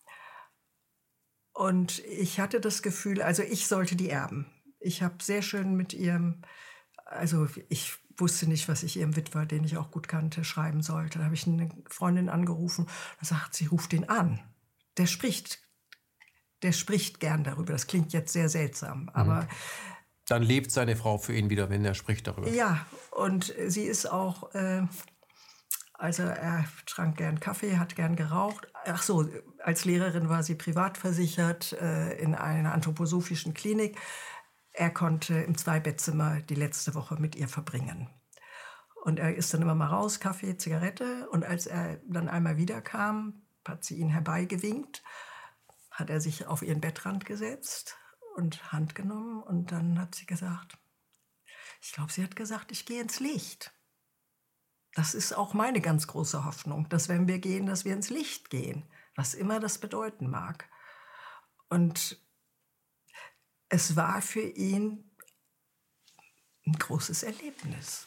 Und ich hatte das Gefühl, also ich sollte die erben. Ich habe sehr schön mit ihrem, also ich wusste nicht, was ich ihrem Witwer, den ich auch gut kannte, schreiben sollte. Da habe ich eine Freundin angerufen und sagt, sie ruft ihn an. Der spricht gern darüber. Das klingt jetzt sehr seltsam, aber... Dann lebt seine Frau für ihn wieder, wenn er spricht darüber. Ja, und sie ist auch... Also er trank gern Kaffee, hat gern geraucht. Ach so, als Lehrerin war sie privat versichert in einer anthroposophischen Klinik. Er konnte im 2-Bettzimmer die letzte Woche mit ihr verbringen. Und er ist dann immer mal raus, Kaffee, Zigarette. Und als er dann einmal wiederkam, hat sie ihn herbeigewinkt, hat er sich auf ihren Bettrand gesetzt und Hand genommen. Und dann hat sie gesagt, ich glaube, sie hat gesagt, ich gehe ins Licht. Das ist auch meine ganz große Hoffnung, dass wenn wir gehen, dass wir ins Licht gehen, was immer das bedeuten mag. Und es war für ihn ein großes Erlebnis.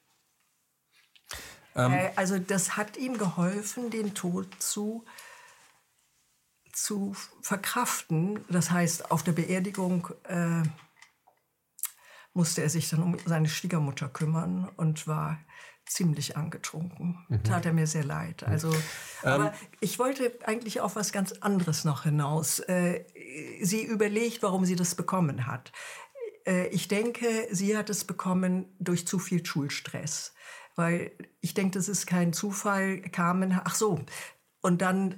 Also das hat ihm geholfen, den Tod zu verkraften. Das heißt, auf der Beerdigung musste er sich dann um seine Schwiegermutter kümmern und war ziemlich angetrunken. Tat er mir sehr leid. Also, aber ich wollte eigentlich auf was ganz anderes noch hinaus. Sie überlegt, warum sie das bekommen hat. Ich denke, sie hat es bekommen durch zu viel Schulstress. Weil ich denke, das ist kein Zufall. Carmen, ach so, und dann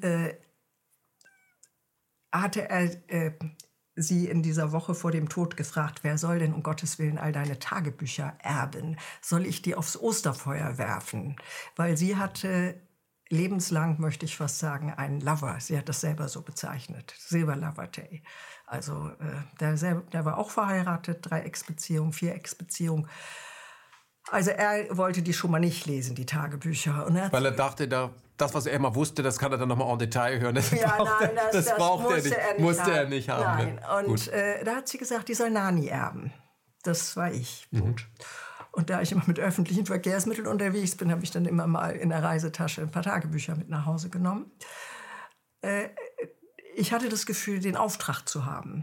hatte er sie in dieser Woche vor dem Tod gefragt, wer soll denn um Gottes Willen all deine Tagebücher erben? Soll ich die aufs Osterfeuer werfen? Weil sie hatte lebenslang, möchte ich fast sagen, einen Lover. Sie hat das selber so bezeichnet, Silberlovertay. Also der war auch verheiratet, 3 Ex-Beziehungen, 4 Ex-Beziehungen. Also er wollte die schon mal nicht lesen, die Tagebücher. Und weil er dachte, das, was er immer wusste, das kann er dann nochmal en Detail hören. Das braucht musste er nicht haben. Nein. Und da hat sie gesagt, die soll Nani erben. Das war ich. Gut. Und da ich immer mit öffentlichen Verkehrsmitteln unterwegs bin, habe ich dann immer mal in der Reisetasche ein paar Tagebücher mit nach Hause genommen. Ich hatte das Gefühl, den Auftrag zu haben,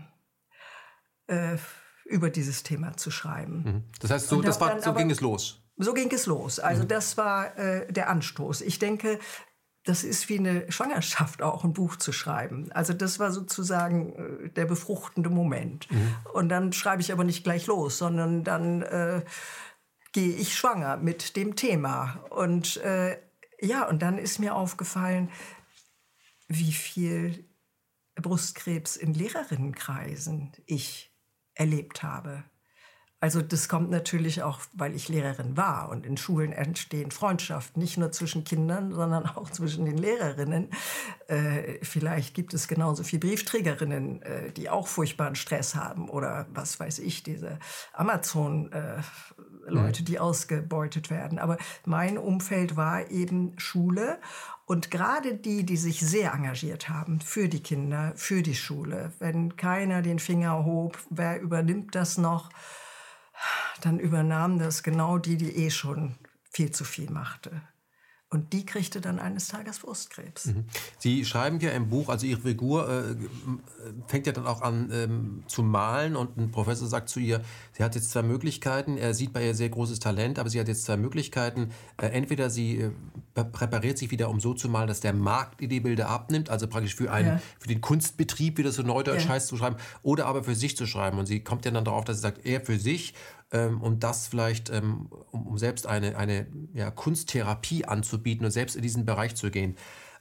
über dieses Thema zu schreiben. Das heißt, so ging es los? So ging es los. Also das war der Anstoß. Ich denke, das ist wie eine Schwangerschaft auch, ein Buch zu schreiben. Also das war sozusagen der befruchtende Moment. Und dann schreibe ich aber nicht gleich los, sondern dann gehe ich schwanger mit dem Thema. Und und dann ist mir aufgefallen, wie viel Brustkrebs in Lehrerinnenkreisen ich erlebt habe. Also das kommt natürlich auch, weil ich Lehrerin war. Und in Schulen entstehen Freundschaften, nicht nur zwischen Kindern, sondern auch zwischen den Lehrerinnen. Vielleicht gibt es genauso viele Briefträgerinnen, die auch furchtbaren Stress haben. Oder was weiß ich, diese Amazon-Leute, die ausgebeutet werden. Aber mein Umfeld war eben Schule. Und gerade die sich sehr engagiert haben für die Kinder, für die Schule. Wenn keiner den Finger hob, wer übernimmt das noch? Dann übernahmen das genau die schon viel zu viel machte. Und die kriegte dann eines Tages Brustkrebs. Sie schreiben ja im Buch, also Ihre Figur fängt ja dann auch an zu malen und ein Professor sagt zu ihr, sie hat jetzt 2 Möglichkeiten, er sieht bei ihr sehr großes Talent, aber sie hat jetzt 2 Möglichkeiten. Entweder sie präpariert sich wieder, um so zu malen, dass der Markt die Bilder abnimmt, also praktisch für den Kunstbetrieb, wie das so neudeutsch heißt, zu schreiben, oder aber für sich zu schreiben. Und sie kommt ja dann darauf, dass sie sagt, er für sich, und das vielleicht, um selbst eine Kunsttherapie anzubieten und selbst in diesen Bereich zu gehen.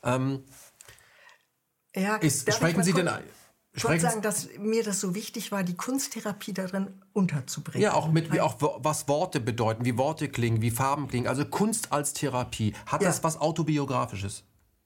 Sprechen Sie denn... Ich wollte sagen, dass mir das so wichtig war, die Kunsttherapie darin unterzubringen. Ja, auch was Worte bedeuten, wie Worte klingen, wie Farben klingen. Also Kunst als Therapie. Hat das was Autobiografisches?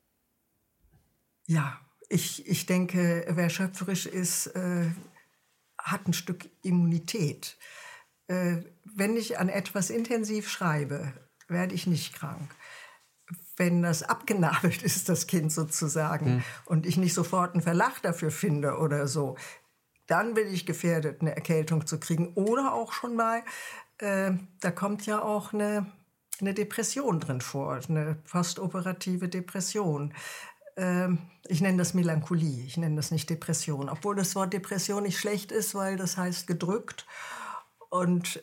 Ja, ich denke, wer schöpferisch ist, hat ein Stück Immunität. Wenn ich an etwas intensiv schreibe, werde ich nicht krank. Wenn das abgenabelt ist, das Kind sozusagen, und ich nicht sofort einen Verlauf dafür finde oder so, dann bin ich gefährdet, eine Erkältung zu kriegen. Oder auch schon mal, da kommt ja auch eine Depression drin vor, eine postoperative Depression. Ich nenne das Melancholie, ich nenne das nicht Depression. Obwohl das Wort Depression nicht schlecht ist, weil das heißt gedrückt. Und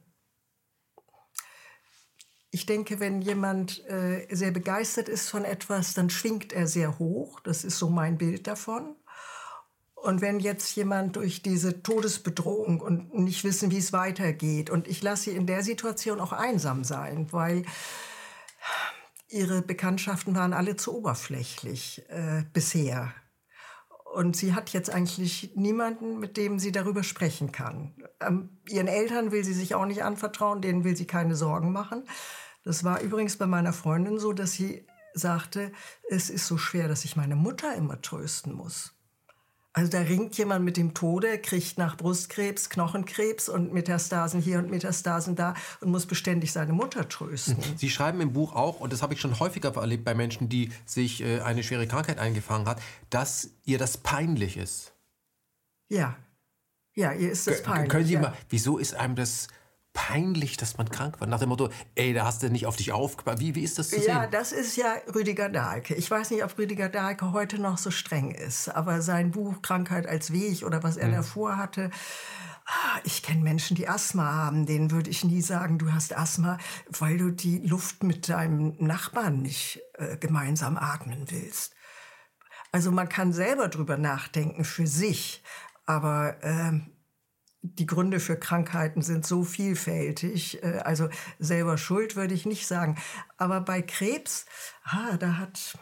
ich denke, wenn jemand sehr begeistert ist von etwas, dann schwingt er sehr hoch. Das ist so mein Bild davon. Und wenn jetzt jemand durch diese Todesbedrohung und nicht wissen, wie es weitergeht, und ich lasse sie in der Situation auch einsam sein, weil ihre Bekanntschaften waren alle zu oberflächlich bisher. Und sie hat jetzt eigentlich niemanden, mit dem sie darüber sprechen kann. Ihren Eltern will sie sich auch nicht anvertrauen, denen will sie keine Sorgen machen. Das war übrigens bei meiner Freundin so, dass sie sagte, es ist so schwer, dass ich meine Mutter immer trösten muss. Also da ringt jemand mit dem Tode, kriegt nach Brustkrebs, Knochenkrebs und Metastasen hier und Metastasen da und muss beständig seine Mutter trösten. Sie schreiben im Buch auch, und das habe ich schon häufiger erlebt bei Menschen, die sich eine schwere Krankheit eingefangen hat, dass ihr das peinlich ist. Ja, ihr ist das peinlich. Können Sie mal, wieso ist einem das peinlich, dass man krank war? Nach dem Motto, da hast du nicht auf dich aufgepasst. Wie ist das zu sehen? Ja, das ist ja Rüdiger Dahlke. Ich weiß nicht, ob Rüdiger Dahlke heute noch so streng ist, aber sein Buch Krankheit als Weg oder was er davor hatte, Ich kenne Menschen, die Asthma haben. Denen würde ich nie sagen, du hast Asthma, weil du die Luft mit deinem Nachbarn nicht gemeinsam atmen willst. Also man kann selber drüber nachdenken für sich, aber die Gründe für Krankheiten sind so vielfältig. Also selber schuld würde ich nicht sagen. Aber bei Krebs, da hat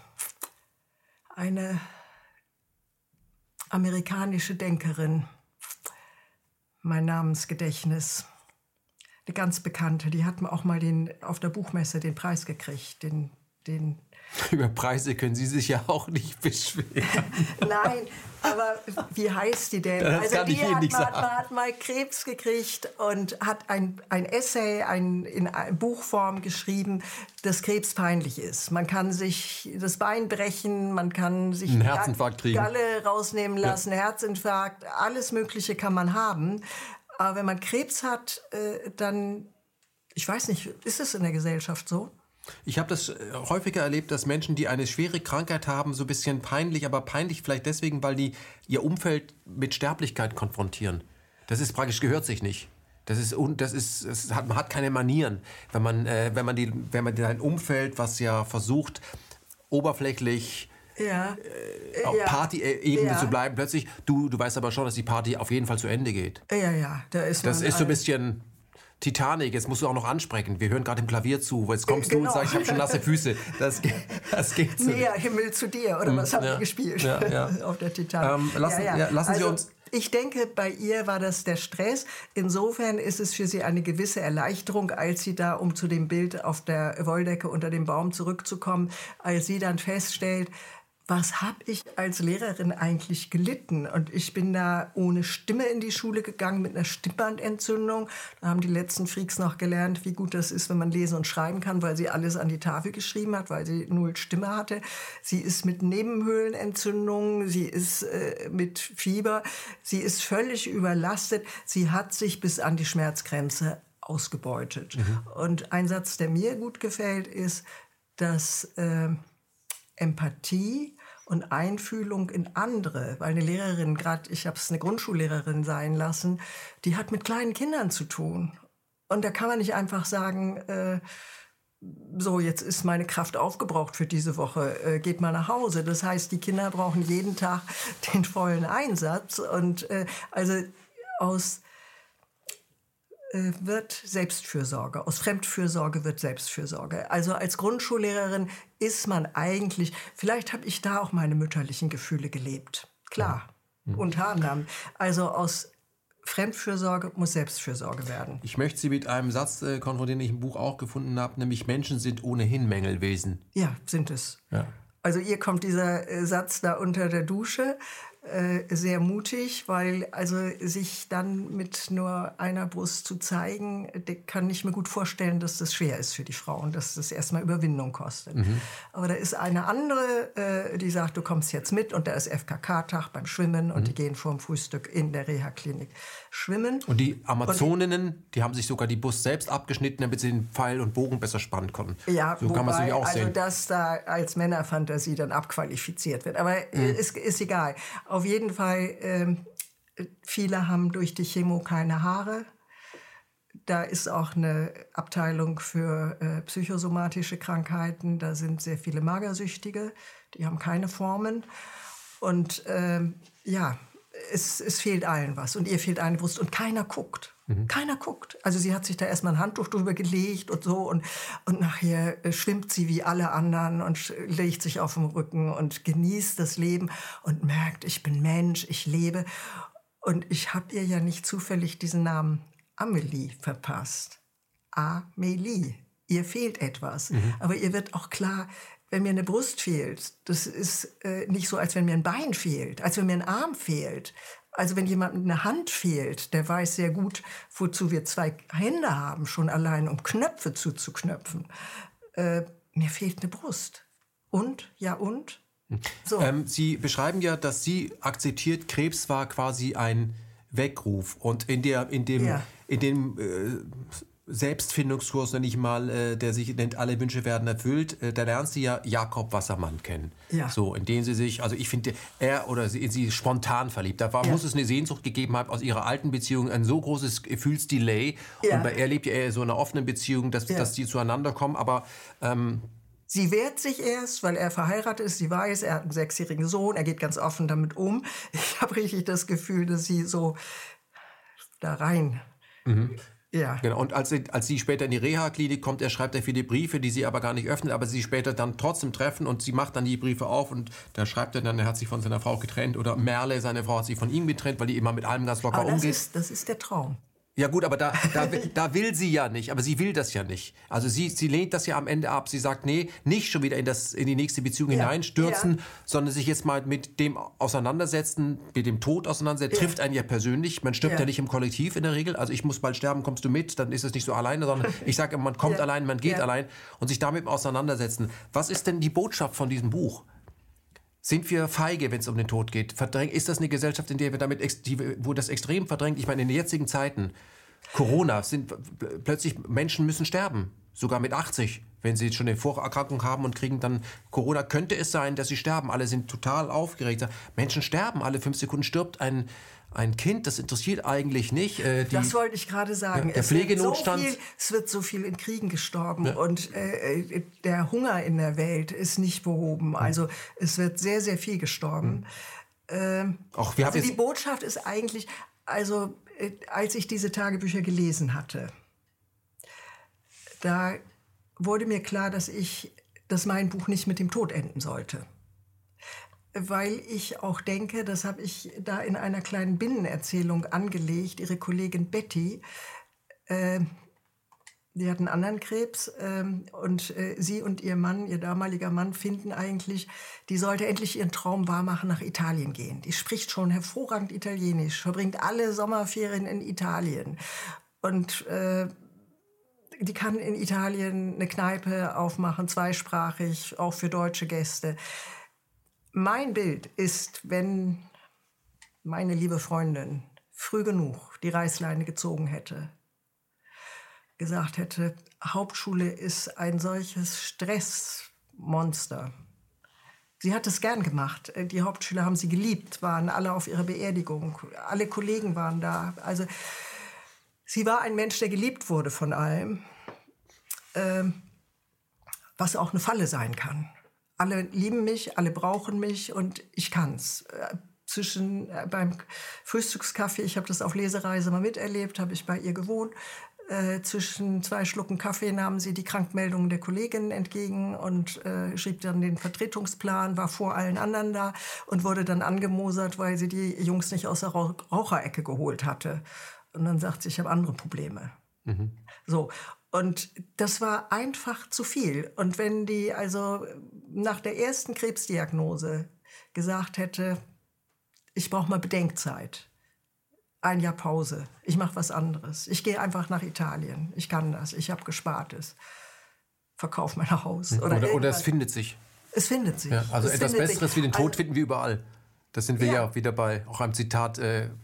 eine amerikanische Denkerin, mein Namensgedächtnis, eine ganz bekannte, die hat mir auch mal auf der Buchmesse den Preis gekriegt, den Über Preise können Sie sich ja auch nicht beschweren. Nein, aber wie heißt die denn? Das kann ich Ihnen nicht sagen. Hat mal Krebs gekriegt und hat ein Essay in Buchform geschrieben, dass Krebs peinlich ist. Man kann sich das Bein brechen, man kann sich einen Herzinfarkt kriegen, Galle rausnehmen lassen, Herzinfarkt, alles Mögliche kann man haben. Aber wenn man Krebs hat, dann, ich weiß nicht, ist es in der Gesellschaft so? Ich habe das häufiger erlebt, dass Menschen, die eine schwere Krankheit haben, so ein bisschen peinlich, aber peinlich vielleicht deswegen, weil die ihr Umfeld mit Sterblichkeit konfrontieren. Das ist praktisch, gehört sich nicht. Man hat keine Manieren. Wenn man ein Umfeld, was ja versucht, oberflächlich auf Party-Ebene zu bleiben, plötzlich, du weißt aber schon, dass die Party auf jeden Fall zu Ende geht. Ja. Das ist so ein bisschen Titanic, jetzt musst du auch noch ansprechen. Wir hören gerade im Klavier zu. Jetzt kommst du und sagst, ich habe schon nasse Füße. Das geht so. Näher Himmel zu dir, oder was haben wir gespielt auf der Titanic? Lassen Sie uns... Ich denke, bei ihr war das der Stress. Insofern ist es für sie eine gewisse Erleichterung, als sie da, um zu dem Bild auf der Wolldecke unter dem Baum zurückzukommen, als sie dann feststellt, was habe ich als Lehrerin eigentlich gelitten? Und ich bin da ohne Stimme in die Schule gegangen mit einer Stimmbandentzündung. Da haben die letzten Freaks noch gelernt, wie gut das ist, wenn man lesen und schreiben kann, weil sie alles an die Tafel geschrieben hat, weil sie 0 Stimme hatte. Sie ist mit Nebenhöhlenentzündung, sie ist mit Fieber, sie ist völlig überlastet. Sie hat sich bis an die Schmerzgrenze ausgebeutet. Und ein Satz, der mir gut gefällt, ist, dass Empathie und Einfühlung in andere, weil eine Lehrerin, gerade ich habe es eine Grundschullehrerin sein lassen, die hat mit kleinen Kindern zu tun. Und da kann man nicht einfach sagen, so, jetzt ist meine Kraft aufgebraucht für diese Woche, geht mal nach Hause. Das heißt, die Kinder brauchen jeden Tag den vollen Einsatz. Und aus Selbstfürsorge. Aus Fremdfürsorge wird Selbstfürsorge. Also als Grundschullehrerin ist man eigentlich, vielleicht habe ich da auch meine mütterlichen Gefühle gelebt. Klar, unter anderem. Also aus Fremdfürsorge muss Selbstfürsorge werden. Ich möchte Sie mit einem Satz konfrontieren, den ich im Buch auch gefunden habe, nämlich Menschen sind ohnehin Mängelwesen. Ja, sind es. Ja. Also ihr kommt dieser Satz da unter der Dusche. Sehr mutig, weil also sich dann mit nur einer Brust zu zeigen, kann ich mir gut vorstellen, dass das schwer ist für die Frauen, dass das erstmal Überwindung kostet. Aber da ist eine andere, die sagt, du kommst jetzt mit und da ist FKK-Tag beim Schwimmen und die gehen vorm Frühstück in der Reha-Klinik schwimmen. Und die Amazoninnen, die haben sich sogar die Brust selbst abgeschnitten, damit sie den Pfeil und Bogen besser spannen konnten. Ja, so kann man es auch sehen. Also dass da als Männerfantasie dann abqualifiziert wird. Aber ist egal. Auf jeden Fall, viele haben durch die Chemo keine Haare. Da ist auch eine Abteilung für psychosomatische Krankheiten. Da sind sehr viele Magersüchtige, die haben keine Formen. Und es fehlt allen was. Und ihr fehlt eine Brust. Und keiner guckt. Keiner guckt. Also sie hat sich da erstmal ein Handtuch drüber gelegt und so. Und nachher schwimmt sie wie alle anderen und legt sich auf den Rücken und genießt das Leben und merkt, ich bin Mensch, ich lebe. Und ich habe ihr ja nicht zufällig diesen Namen Amelie verpasst. Amelie. Ihr fehlt etwas. Aber ihr wird auch klar, wenn mir eine Brust fehlt, das ist nicht so, als wenn mir ein Bein fehlt, als wenn mir ein Arm fehlt. Also wenn jemandem eine Hand fehlt, der weiß sehr gut, wozu wir 2 Hände haben, schon allein um Knöpfe zuzuknöpfen. Mir fehlt eine Brust. Und? Ja und? So. Sie beschreiben ja, dass Sie akzeptiert, Krebs war quasi ein Weckruf. Und in dem Selbstfindungskurs, nenne ich mal, der sich nennt Alle Wünsche werden erfüllt, da lernt sie ja Jakob Wassermann kennen. Ja. So, in den sie sich, also ich finde, er oder sie spontan verliebt. Muss es eine Sehnsucht gegeben haben aus ihrer alten Beziehung, ein so großes Gefühlsdelay. Ja. Und bei er lebt ja eher so in einer offenen Beziehung, dass die zueinander kommen, aber... Sie wehrt sich erst, weil er verheiratet ist, sie weiß, er hat einen 6-jährigen Sohn, er geht ganz offen damit um. Ich habe richtig das Gefühl, dass sie so da rein... Ja. Genau. Und als sie später in die Reha-Klinik kommt, schreibt er viele Briefe, die sie aber gar nicht öffnet, aber sie später dann trotzdem treffen und sie macht dann die Briefe auf und da schreibt er dann, er hat sich von seiner Frau getrennt oder Merle, seine Frau, hat sich von ihm getrennt, weil die immer mit allem ganz locker umgeht. Das ist der Traum. Ja gut, aber da will sie ja nicht, aber sie will das ja nicht. Also sie lehnt das ja am Ende ab. Sie sagt, nee, nicht schon wieder in die nächste Beziehung hineinstürzen, sondern sich jetzt mal mit dem auseinandersetzen, mit dem Tod auseinandersetzen. Trifft einen ja persönlich, man stirbt ja nicht im Kollektiv in der Regel. Also ich muss bald sterben, kommst du mit, dann ist es nicht so alleine, sondern ich sage immer, man kommt allein, man geht allein und sich damit auseinandersetzen. Was ist denn die Botschaft von diesem Buch? Sind wir feige, wenn es um den Tod geht? Ist das eine Gesellschaft, in der wir wo das extrem verdrängt? Ich meine, in den jetzigen Zeiten, Corona, plötzlich Menschen müssen sterben, sogar mit 80, wenn sie schon eine Vorerkrankung haben und kriegen dann Corona. Könnte es sein, dass sie sterben? Alle sind total aufgeregt. Menschen sterben, alle 5 Sekunden stirbt ein Kind, das interessiert eigentlich nicht. Das wollte ich gerade sagen. Der Pflegenotstand. Es wird so viel in Kriegen gestorben und der Hunger in der Welt ist nicht behoben. Also es wird sehr, sehr viel gestorben. Die Botschaft ist eigentlich, als ich diese Tagebücher gelesen hatte, da wurde mir klar, dass mein Buch nicht mit dem Tod enden sollte. Weil ich auch denke, das habe ich da in einer kleinen Binnenerzählung angelegt, ihre Kollegin Betty, die hat einen anderen Krebs und sie und ihr Mann, ihr damaliger Mann, finden eigentlich, die sollte endlich ihren Traum wahrmachen, nach Italien gehen. Die spricht schon hervorragend Italienisch, verbringt alle Sommerferien in Italien und die kann in Italien eine Kneipe aufmachen, zweisprachig, auch für deutsche Gäste. Mein Bild ist, wenn meine liebe Freundin früh genug die Reißleine gezogen hätte, gesagt hätte, Hauptschule ist ein solches Stressmonster. Sie hat es gern gemacht. Die Hauptschüler haben sie geliebt, waren alle auf ihrer Beerdigung. Alle Kollegen waren da. Also sie war ein Mensch, der geliebt wurde von allem, was auch eine Falle sein kann. Alle lieben mich, alle brauchen mich und ich kann's. Beim Frühstückskaffee, ich habe das auf Lesereise mal miterlebt, habe ich bei ihr gewohnt. Zwischen 2 Schlucken Kaffee nahm sie die Krankmeldungen der Kolleginnen entgegen und schrieb dann den Vertretungsplan, war vor allen anderen da und wurde dann angemosert, weil sie die Jungs nicht aus der Raucherecke geholt hatte. Und dann sagt sie, ich habe andere Probleme. So. Und das war einfach zu viel. Und wenn die also nach der ersten Krebsdiagnose gesagt hätte, ich brauche mal Bedenkzeit, 1 Jahr Pause, ich mache was anderes, ich gehe einfach nach Italien, ich kann das, ich habe Gespartes, verkauf mein Haus. Oder es findet sich. Es findet sich. Ja, also etwas Besseres wie den Tod finden wir überall. Das sind wir ja wieder bei, auch einem Zitat,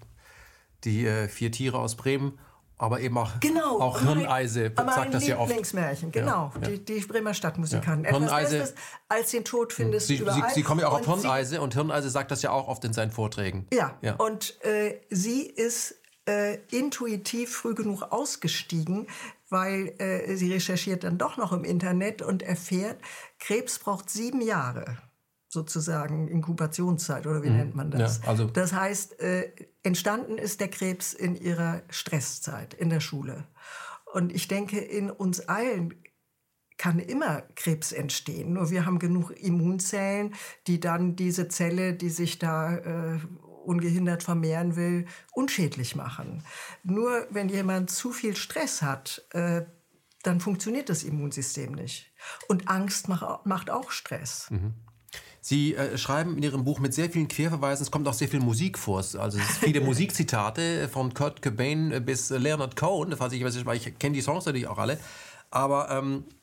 die 4 Tiere aus Bremen. Aber eben auch Hirneise sagt das ja oft. Lieblingsmärchen, genau. Ja. Die Bremer Stadtmusikanten. Ja. Etwas Besseres als den Tod findest du überall. Sie kommen ja auch auf Hirneise und Hirneise sagt das ja auch oft in seinen Vorträgen. Ja. Und sie ist intuitiv früh genug ausgestiegen, weil sie recherchiert dann doch noch im Internet und erfährt, Krebs braucht 7 Jahre. Sozusagen Inkubationszeit, oder wie nennt man das? Ja, also das heißt, entstanden ist der Krebs in ihrer Stresszeit in der Schule. Und ich denke, in uns allen kann immer Krebs entstehen. Nur wir haben genug Immunzellen, die dann diese Zelle, die sich da ungehindert vermehren will, unschädlich machen. Nur wenn jemand zu viel Stress hat, dann funktioniert das Immunsystem nicht. Und Angst macht auch Stress. Sie schreiben in Ihrem Buch mit sehr vielen Querverweisen, es kommt auch sehr viel Musik vor. Also es sind viele Musikzitate von Kurt Cobain bis Leonard Cohen, falls ich weiß, weil ich kenne die Songs natürlich auch alle. Aber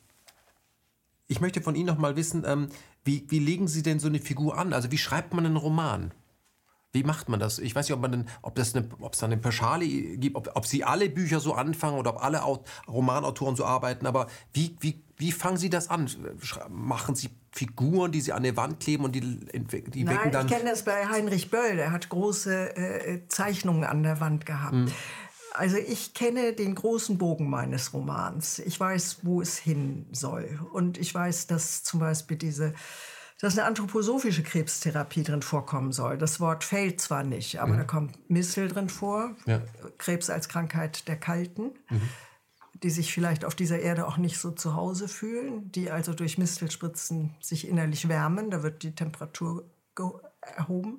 ich möchte von Ihnen noch mal wissen, wie legen Sie denn so eine Figur an? Also wie schreibt man einen Roman? Wie macht man das? Ich weiß nicht, ob es da eine Pauschale gibt, ob Sie alle Bücher so anfangen oder ob alle Romanautoren so arbeiten. Aber wie fangen Sie das an? Machen Sie Figuren, die Sie an der Wand kleben und die wecken dann... Ich kenne das bei Heinrich Böll. Der hat große Zeichnungen an der Wand gehabt. Also ich kenne den großen Bogen meines Romans. Ich weiß, wo es hin soll. Und ich weiß, dass zum Beispiel dass eine anthroposophische Krebstherapie drin vorkommen soll. Das Wort fällt zwar nicht, aber da kommt Mistel drin vor. Ja. Krebs als Krankheit der Kalten, die sich vielleicht auf dieser Erde auch nicht so zu Hause fühlen, die also durch Mistelspritzen sich innerlich wärmen. Da wird die Temperatur erhoben.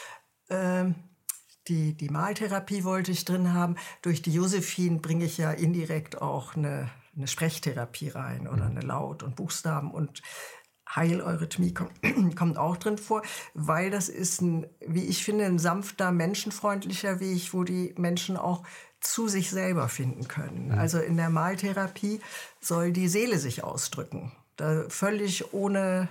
Die Maltherapie wollte ich drin haben. Durch die Josephine bringe ich ja indirekt auch eine Sprechtherapie rein oder eine Laut- und Buchstaben- und Heileurythmie kommt auch drin vor, weil das ist wie ich finde, ein sanfter, menschenfreundlicher Weg, wo die Menschen auch zu sich selber finden können. Also in der Maltherapie soll die Seele sich ausdrücken. Da völlig ohne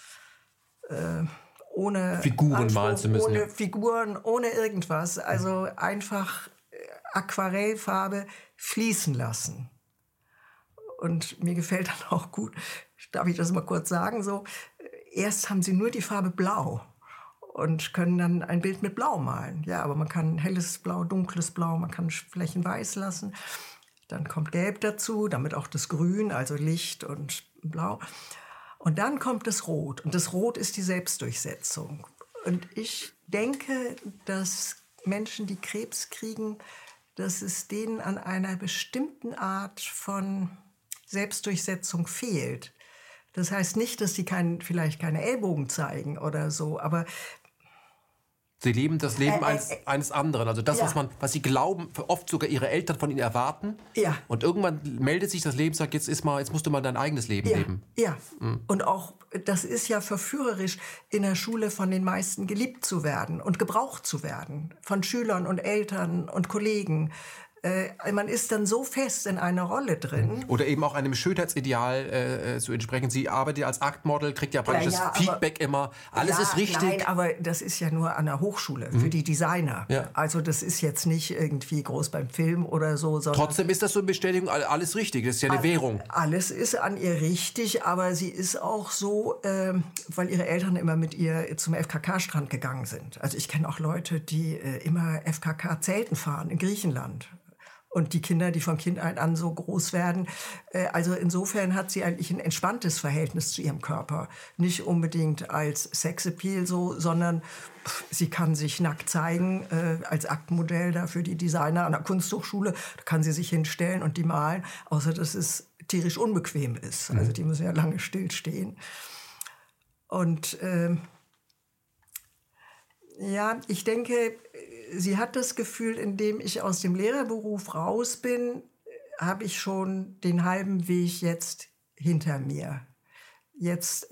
Figuren Anspruch, malen zu müssen. Ohne Figuren, ohne irgendwas. Also einfach Aquarellfarbe fließen lassen. Und mir gefällt dann auch gut, darf ich das mal kurz sagen, so, erst haben sie nur die Farbe Blau und können dann ein Bild mit Blau malen. Ja, aber man kann helles Blau, dunkles Blau, man kann Flächen weiß lassen. Dann kommt Gelb dazu, damit auch das Grün, also Licht und Blau. Und dann kommt das Rot. Und das Rot ist die Selbstdurchsetzung. Und ich denke, dass Menschen, die Krebs kriegen, dass es denen an einer bestimmten Art von Selbstdurchsetzung fehlt. Das heißt nicht, dass sie vielleicht keine Ellbogen zeigen oder so, aber Sie leben das Leben eines anderen. Also das, was sie glauben, oft sogar ihre Eltern von ihnen erwarten. Ja. Und irgendwann meldet sich das Leben und sagt, jetzt musst du mal dein eigenes Leben leben. Ja, und auch, das ist ja verführerisch, in der Schule von den meisten geliebt zu werden und gebraucht zu werden. Von Schülern und Eltern und Kollegen. Man ist dann so fest in einer Rolle drin. Oder eben auch einem Schönheitsideal zu entsprechen. Sie arbeitet als Aktmodel, kriegt ja praktisch das Feedback immer. Alles ist richtig. Nein, aber das ist ja nur an der Hochschule für die Designer. Ja. Also das ist jetzt nicht irgendwie groß beim Film oder so. Trotzdem ist das so eine Bestätigung, alles richtig. Das ist ja eine Währung. Alles ist an ihr richtig, aber sie ist auch so, weil ihre Eltern immer mit ihr zum FKK-Strand gegangen sind. Also ich kenne auch Leute, die immer FKK-Zelten fahren in Griechenland. Und die Kinder, die von Kindheit an so groß werden. Also insofern hat sie eigentlich ein entspanntes Verhältnis zu ihrem Körper. Nicht unbedingt als Sexappeal so, sondern sie kann sich nackt zeigen als Aktmodell da für die Designer an der Kunsthochschule. Da kann sie sich hinstellen und die malen, außer dass es tierisch unbequem ist. Also die müssen ja lange stillstehen. Und ich denke, sie hat das Gefühl, indem ich aus dem Lehrerberuf raus bin, habe ich schon den halben Weg jetzt hinter mir. Jetzt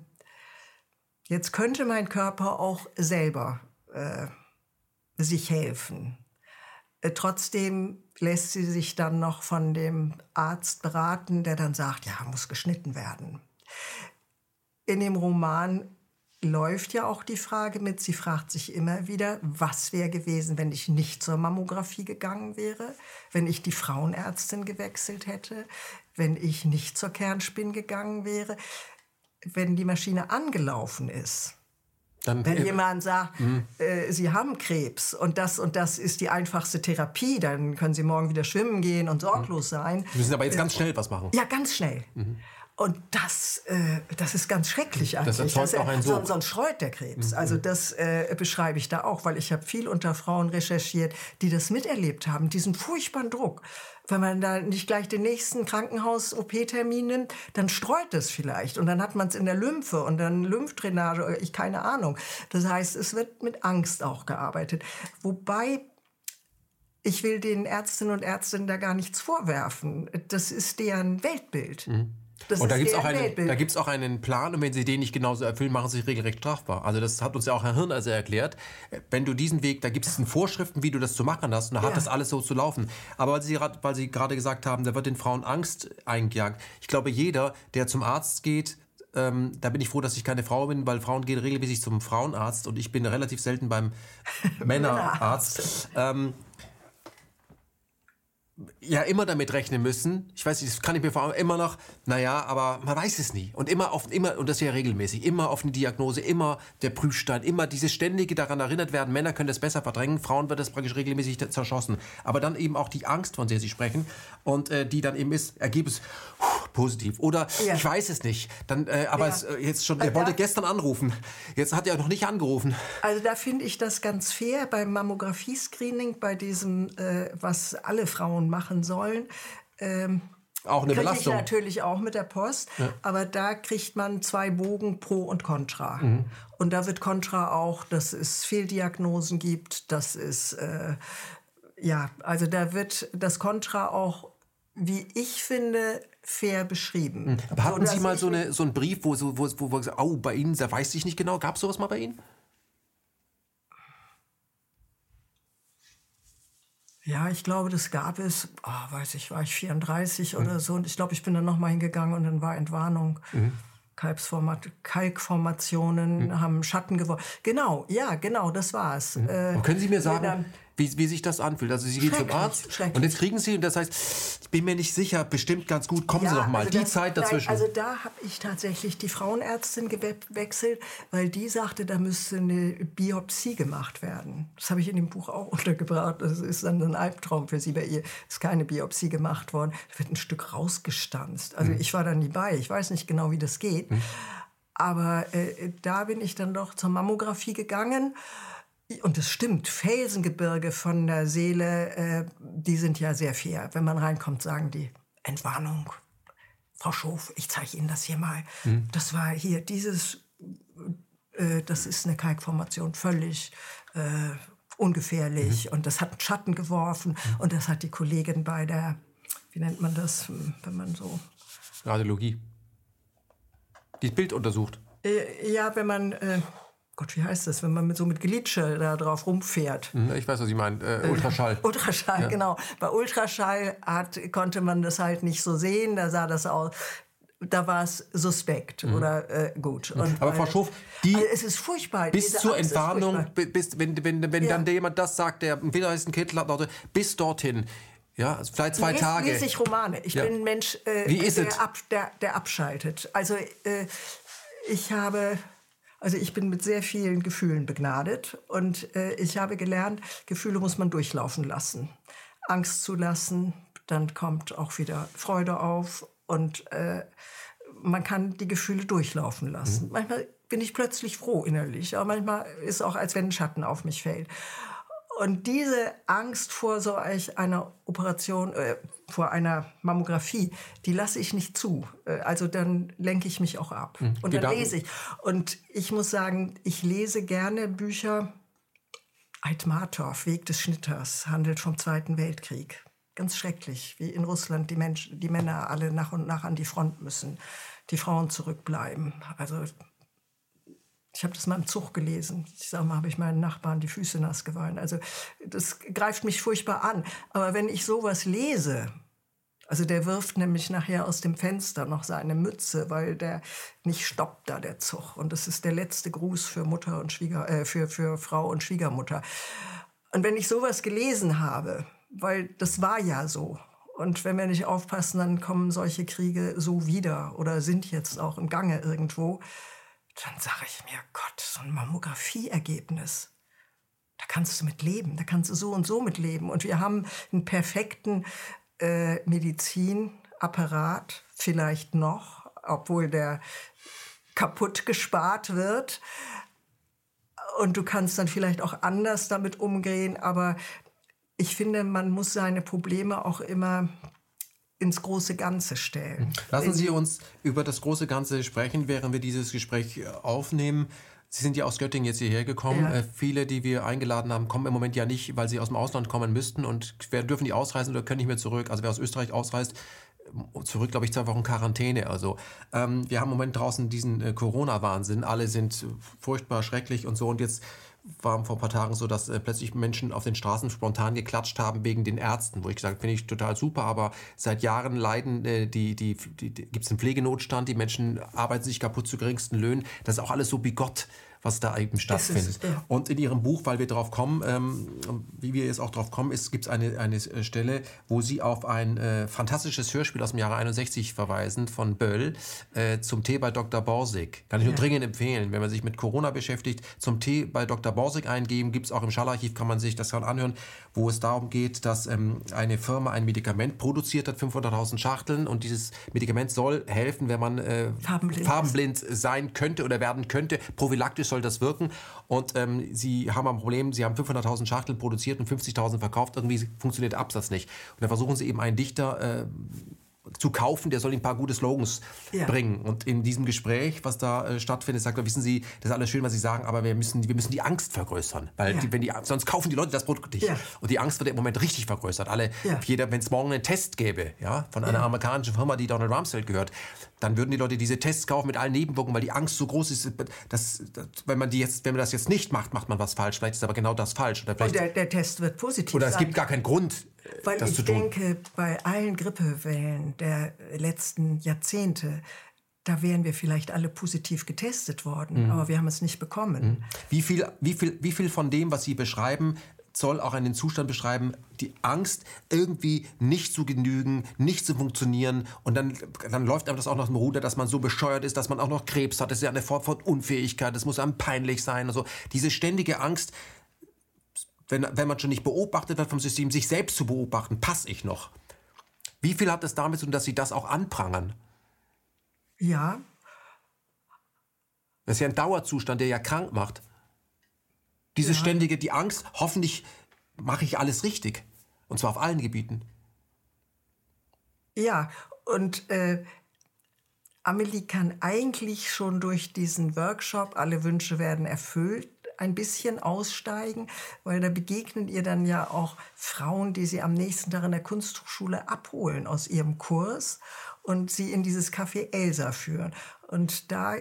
könnte mein Körper auch selber sich helfen. Trotzdem lässt sie sich dann noch von dem Arzt beraten, der dann sagt, ja, muss geschnitten werden. In dem Roman läuft ja auch die Frage mit, sie fragt sich immer wieder, was wäre gewesen, wenn ich nicht zur Mammographie gegangen wäre, wenn ich die Frauenärztin gewechselt hätte, wenn ich nicht zur Kernspin gegangen wäre, wenn die Maschine angelaufen ist. Wenn jemand sagt, Sie haben Krebs und das ist die einfachste Therapie, dann können Sie morgen wieder schwimmen gehen und sorglos sein. Wir müssen aber jetzt ganz schnell was machen. Ja, ganz schnell. Und das ist ganz schrecklich eigentlich. Das erzeugt auch einen Sog. Sonst streut der Krebs. Also das beschreibe ich da auch, weil ich habe viel unter Frauen recherchiert, die das miterlebt haben, diesen furchtbaren Druck. Wenn man da nicht gleich den nächsten Krankenhaus-OP-Termin nimmt, dann streut es vielleicht. Und dann hat man es in der Lymphe und dann Lymphdrainage, keine Ahnung. Das heißt, es wird mit Angst auch gearbeitet. Wobei, ich will den Ärztinnen und Ärztinnen da gar nichts vorwerfen. Das ist deren Weltbild. Und da gibt es auch einen Plan, und wenn Sie den nicht genauso erfüllen, machen Sie sich regelrecht strafbar. Also das hat uns ja auch Herr Hirneiser erklärt. Wenn du diesen Weg, da gibt es Vorschriften, wie du das zu machen hast, und da hat das alles so zu laufen. Aber weil Sie gerade gesagt haben, da wird den Frauen Angst eingejagt. Ich glaube, jeder, der zum Arzt geht, da bin ich froh, dass ich keine Frau bin, weil Frauen gehen regelmäßig zum Frauenarzt und ich bin relativ selten beim Männerarzt. Ja, immer damit rechnen müssen. Ich weiß nicht, das kann ich mir vor allem immer noch, aber man weiß es nie. Und und das ja regelmäßig, immer auf eine Diagnose, immer der Prüfstein, immer dieses ständige daran erinnert werden. Männer können das besser verdrängen, Frauen wird das praktisch regelmäßig zerschossen. Aber dann eben auch die Angst, von der Sie sprechen, und die dann eben ist, Ergebnis positiv. Oder ich weiß es nicht. Dann, jetzt schon, er wollte gestern anrufen. Jetzt hat er noch nicht angerufen. Also da finde ich das ganz fair beim Mammographie-Screening, bei diesem, was alle Frauen machen sollen. Auch eine Belastung. Kriege ich natürlich auch mit der Post, aber da kriegt man 2 Bogen Pro und Contra. Und da wird Contra auch, dass es Fehldiagnosen gibt, dass es, also da wird das Contra auch, wie ich finde, fair beschrieben. Aber hatten Sie mal so einen Brief, wo gesagt, bei Ihnen, da weiß ich nicht genau, gab es sowas mal bei Ihnen? Ja, ich glaube, das gab es, war ich 34 oder so. Und ich glaube, ich bin dann nochmal hingegangen und dann war Entwarnung. Kalkformationen haben Schatten geworfen. Genau, das war's. Können Sie mir sagen, wie sich das anfühlt? Also Sie gehen zum Arzt und jetzt kriegen Sie, und das heißt, ich bin mir nicht sicher, bestimmt ganz gut, kommen Sie doch mal, also Zeit dazwischen. Also da habe ich tatsächlich die Frauenärztin gewechselt, weil die sagte, da müsste eine Biopsie gemacht werden. Das habe ich in dem Buch auch untergebracht. Das ist dann ein Albtraum für sie. Bei ihr ist keine Biopsie gemacht worden. Da wird ein Stück rausgestanzt. Also ich war da nie bei. Ich weiß nicht genau, wie das geht. Aber da bin ich dann doch zur Mammographie gegangen. Und es stimmt, Felsengebirge von der Seele, die sind ja sehr fair. Wenn man reinkommt, sagen die, Entwarnung, Frau Schof, ich zeige Ihnen das hier mal. Das war hier das ist eine Kalkformation, völlig ungefährlich. Und das hat einen Schatten geworfen. Und das hat die Kollegin bei der, wie nennt man das, wenn man so... Radiologie. Die das Bild untersucht. Ja, wenn man... Gott, wie heißt das, wenn man mit Glitscher da drauf rumfährt? Ich weiß, was Sie meinen. Ultraschall. Ultraschall, genau. Bei Ultraschall konnte man das halt nicht so sehen. Da sah das aus, da war es suspekt oder gut. Und aber Frau Schof, es ist furchtbar. Bis zur Entwarnung, wenn dann jemand das sagt, der wieder heißt ein Kittel, bis dorthin. Ja, also vielleicht 2 Tage. Lese ich Romane. Ich bin ein Mensch, der abschaltet. Also ich bin mit sehr vielen Gefühlen begnadet und ich habe gelernt, Gefühle muss man durchlaufen lassen. Angst zulassen, dann kommt auch wieder Freude auf und man kann die Gefühle durchlaufen lassen. Manchmal bin ich plötzlich froh innerlich, aber manchmal ist es auch, als wenn ein Schatten auf mich fällt. Und diese Angst vor so einer Operation, vor einer Mammographie, die lasse ich nicht zu. Also dann lenke ich mich auch ab. Und dann lese ich. Und ich muss sagen, ich lese gerne Bücher. Aitmatov, Weg des Schnitters, handelt vom Zweiten Weltkrieg. Ganz schrecklich, wie in Russland die Männer alle nach und nach an die Front müssen, die Frauen zurückbleiben. Also ich habe das mal im Zug gelesen. Ich sage mal, habe ich meinen Nachbarn die Füße nass geweint. Also das greift mich furchtbar an. Aber wenn ich sowas lese, also der wirft nämlich nachher aus dem Fenster noch seine Mütze, weil der nicht stoppt da, der Zug. Und das ist der letzte Gruß für Mutter und für Frau und Schwiegermutter. Und wenn ich sowas gelesen habe, weil das war ja so, und wenn wir nicht aufpassen, dann kommen solche Kriege so wieder oder sind jetzt auch im Gange irgendwo, dann sage ich mir, Gott, so ein Mammographie-Ergebnis, da kannst du mit leben, da kannst du so und so mit leben. Und wir haben einen perfekten Medizinapparat, vielleicht noch, obwohl der kaputt gespart wird. Und du kannst dann vielleicht auch anders damit umgehen, aber ich finde, man muss seine Probleme auch immer ins große Ganze stellen. Lassen Sie uns über das große Ganze sprechen, während wir dieses Gespräch aufnehmen. Sie sind ja aus Göttingen jetzt hierher gekommen. Ja. Viele, die wir eingeladen haben, kommen im Moment ja nicht, weil sie aus dem Ausland kommen müssten und dürfen die ausreisen oder können nicht mehr zurück. Also wer aus Österreich ausreist, zurück, glaube ich, 2 Wochen Quarantäne. Also wir haben im Moment draußen diesen Corona-Wahnsinn. Alle sind furchtbar schrecklich und so. Und jetzt war vor ein paar Tagen so, dass plötzlich Menschen auf den Straßen spontan geklatscht haben wegen den Ärzten, wo ich gesagt habe, finde ich total super, aber seit Jahren leiden, gibt es einen Pflegenotstand, die Menschen arbeiten sich kaputt zu geringsten Löhnen. Das ist auch alles so bigott, was da eben stattfindet. Und in Ihrem Buch, weil wir drauf kommen, wie wir jetzt auch drauf kommen, gibt es eine Stelle, wo Sie auf ein fantastisches Hörspiel aus dem Jahre 61 verweisen von Böll zum Tee bei Dr. Borsig. Kann ich nur dringend empfehlen, wenn man sich mit Corona beschäftigt, zum Tee bei Dr. Borsig eingeben, gibt es auch im Schallarchiv, kann man sich das anhören, wo es darum geht, dass eine Firma ein Medikament produziert hat, 500.000 Schachteln, und dieses Medikament soll helfen, wenn man farbenblind sein könnte oder werden könnte. Prophylaktisch soll das wirken. Und sie haben ein Problem, sie haben 500.000 Schachteln produziert und 50.000 verkauft. Irgendwie funktioniert der Absatz nicht. Und dann versuchen sie eben einen Dichter zu kaufen, der soll ihnen ein paar gute Slogans bringen. Und in diesem Gespräch, was da stattfindet, sagt er, wissen Sie, das ist alles schön, was Sie sagen, aber wir müssen die Angst vergrößern. Weil sonst kaufen die Leute das Produkt nicht. Ja. Und die Angst wird im Moment richtig vergrößert. Wenn es morgen einen Test gäbe, von einer amerikanischen Firma, die Donald Rumsfeld gehört, dann würden die Leute diese Tests kaufen mit allen Nebenwirkungen, weil die Angst so groß ist, wenn man das jetzt nicht macht, macht man was falsch. Vielleicht ist aber genau das falsch. Oder und der Test wird positiv sein. Oder es gibt gar keinen Grund, weil das zu tun. Ich denke, bei allen Grippewellen der letzten Jahrzehnte, da wären wir vielleicht alle positiv getestet worden, aber wir haben es nicht bekommen. Wie viel von dem, was Sie beschreiben, soll auch einen Zustand beschreiben, die Angst, irgendwie nicht zu genügen, nicht zu funktionieren, und dann läuft einem das auch noch im Ruder, dass man so bescheuert ist, dass man auch noch Krebs hat. Das ist ja eine Form von Unfähigkeit, das muss einem peinlich sein und so. Diese ständige Angst, wenn man schon nicht beobachtet wird vom System, sich selbst zu beobachten, passe ich noch? Wie viel hat es damit zu tun, dass Sie das auch anprangern? Ja. Das ist ja ein Dauerzustand, der ja krank macht. Diese ständige, die Angst, hoffentlich mache ich alles richtig. Und zwar auf allen Gebieten. Ja, und Amelie kann eigentlich schon durch diesen Workshop "Alle Wünsche werden erfüllt" ein bisschen aussteigen, weil da begegnen ihr dann ja auch Frauen, die sie am nächsten Tag in der Kunsthochschule abholen aus ihrem Kurs und sie in dieses Café Elsa führen. Und da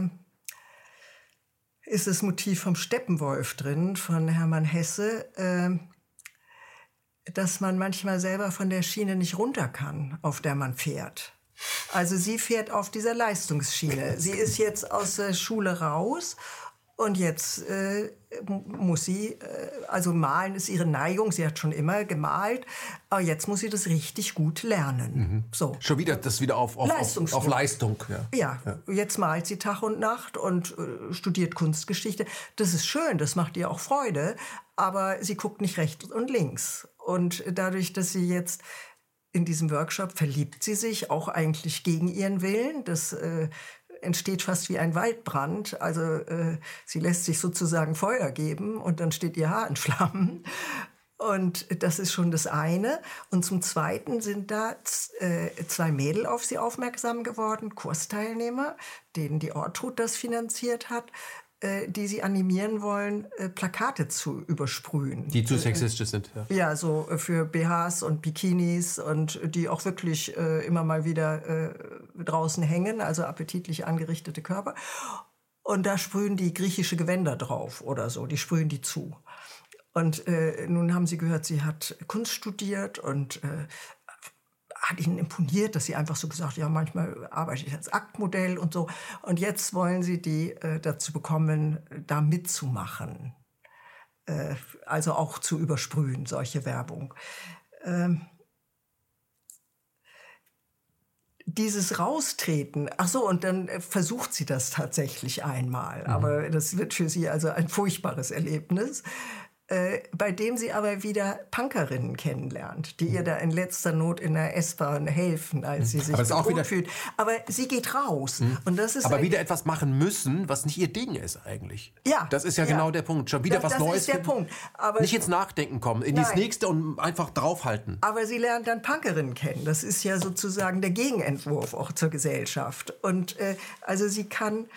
ist das Motiv vom Steppenwolf drin, von Hermann Hesse, dass man manchmal selber von der Schiene nicht runter kann, auf der man fährt. Also sie fährt auf dieser Leistungsschiene. Sie ist jetzt aus der Schule raus und jetzt muss sie, also malen ist ihre Neigung, sie hat schon immer gemalt, aber jetzt muss sie das richtig gut lernen. So. Schon wieder das wieder auf Leistung. Ja, jetzt malt sie Tag und Nacht und studiert Kunstgeschichte. Das ist schön, das macht ihr auch Freude, aber sie guckt nicht rechts und links. Und dadurch, dass sie jetzt in diesem Workshop verliebt sie sich, auch eigentlich gegen ihren Willen. Das entsteht fast wie ein Waldbrand. Also sie lässt sich sozusagen Feuer geben und dann steht ihr Haar in Flammen. Und das ist schon das eine. Und zum Zweiten sind da zwei Mädel auf sie aufmerksam geworden, Kursteilnehmer, denen die Ortrud das finanziert hat, die sie animieren wollen, Plakate zu übersprühen. Die zu sexistisch sind. Ja, so für BHs und Bikinis und die auch wirklich immer mal wieder draußen hängen, also appetitlich angerichtete Körper. Und da sprühen die griechische Gewänder drauf oder so, die sprühen die zu. Und nun haben sie gehört, sie hat Kunst studiert und hat ihnen imponiert, dass sie einfach so gesagt, ja, manchmal arbeite ich als Aktmodell und so. Und jetzt wollen sie die dazu bekommen, da mitzumachen. Also auch zu übersprühen, solche Werbung. Dieses Raustreten, ach so, und dann versucht sie das tatsächlich einmal. Aber das wird für sie also ein furchtbares Erlebnis. Bei dem sie aber wieder Punkerinnen kennenlernt, die ihr da in letzter Not in der S-Bahn helfen, als sie sich bedroht fühlt. Aber sie geht raus. Und das ist aber wieder etwas machen müssen, was nicht ihr Ding ist eigentlich. Ja. Das ist ja genau der Punkt. Schon wieder was Neues. Das ist der Punkt. Aber nicht ins Nachdenken kommen, in das Nächste und einfach draufhalten. Aber sie lernt dann Punkerinnen kennen. Das ist ja sozusagen der Gegenentwurf auch zur Gesellschaft. Und also sie kann...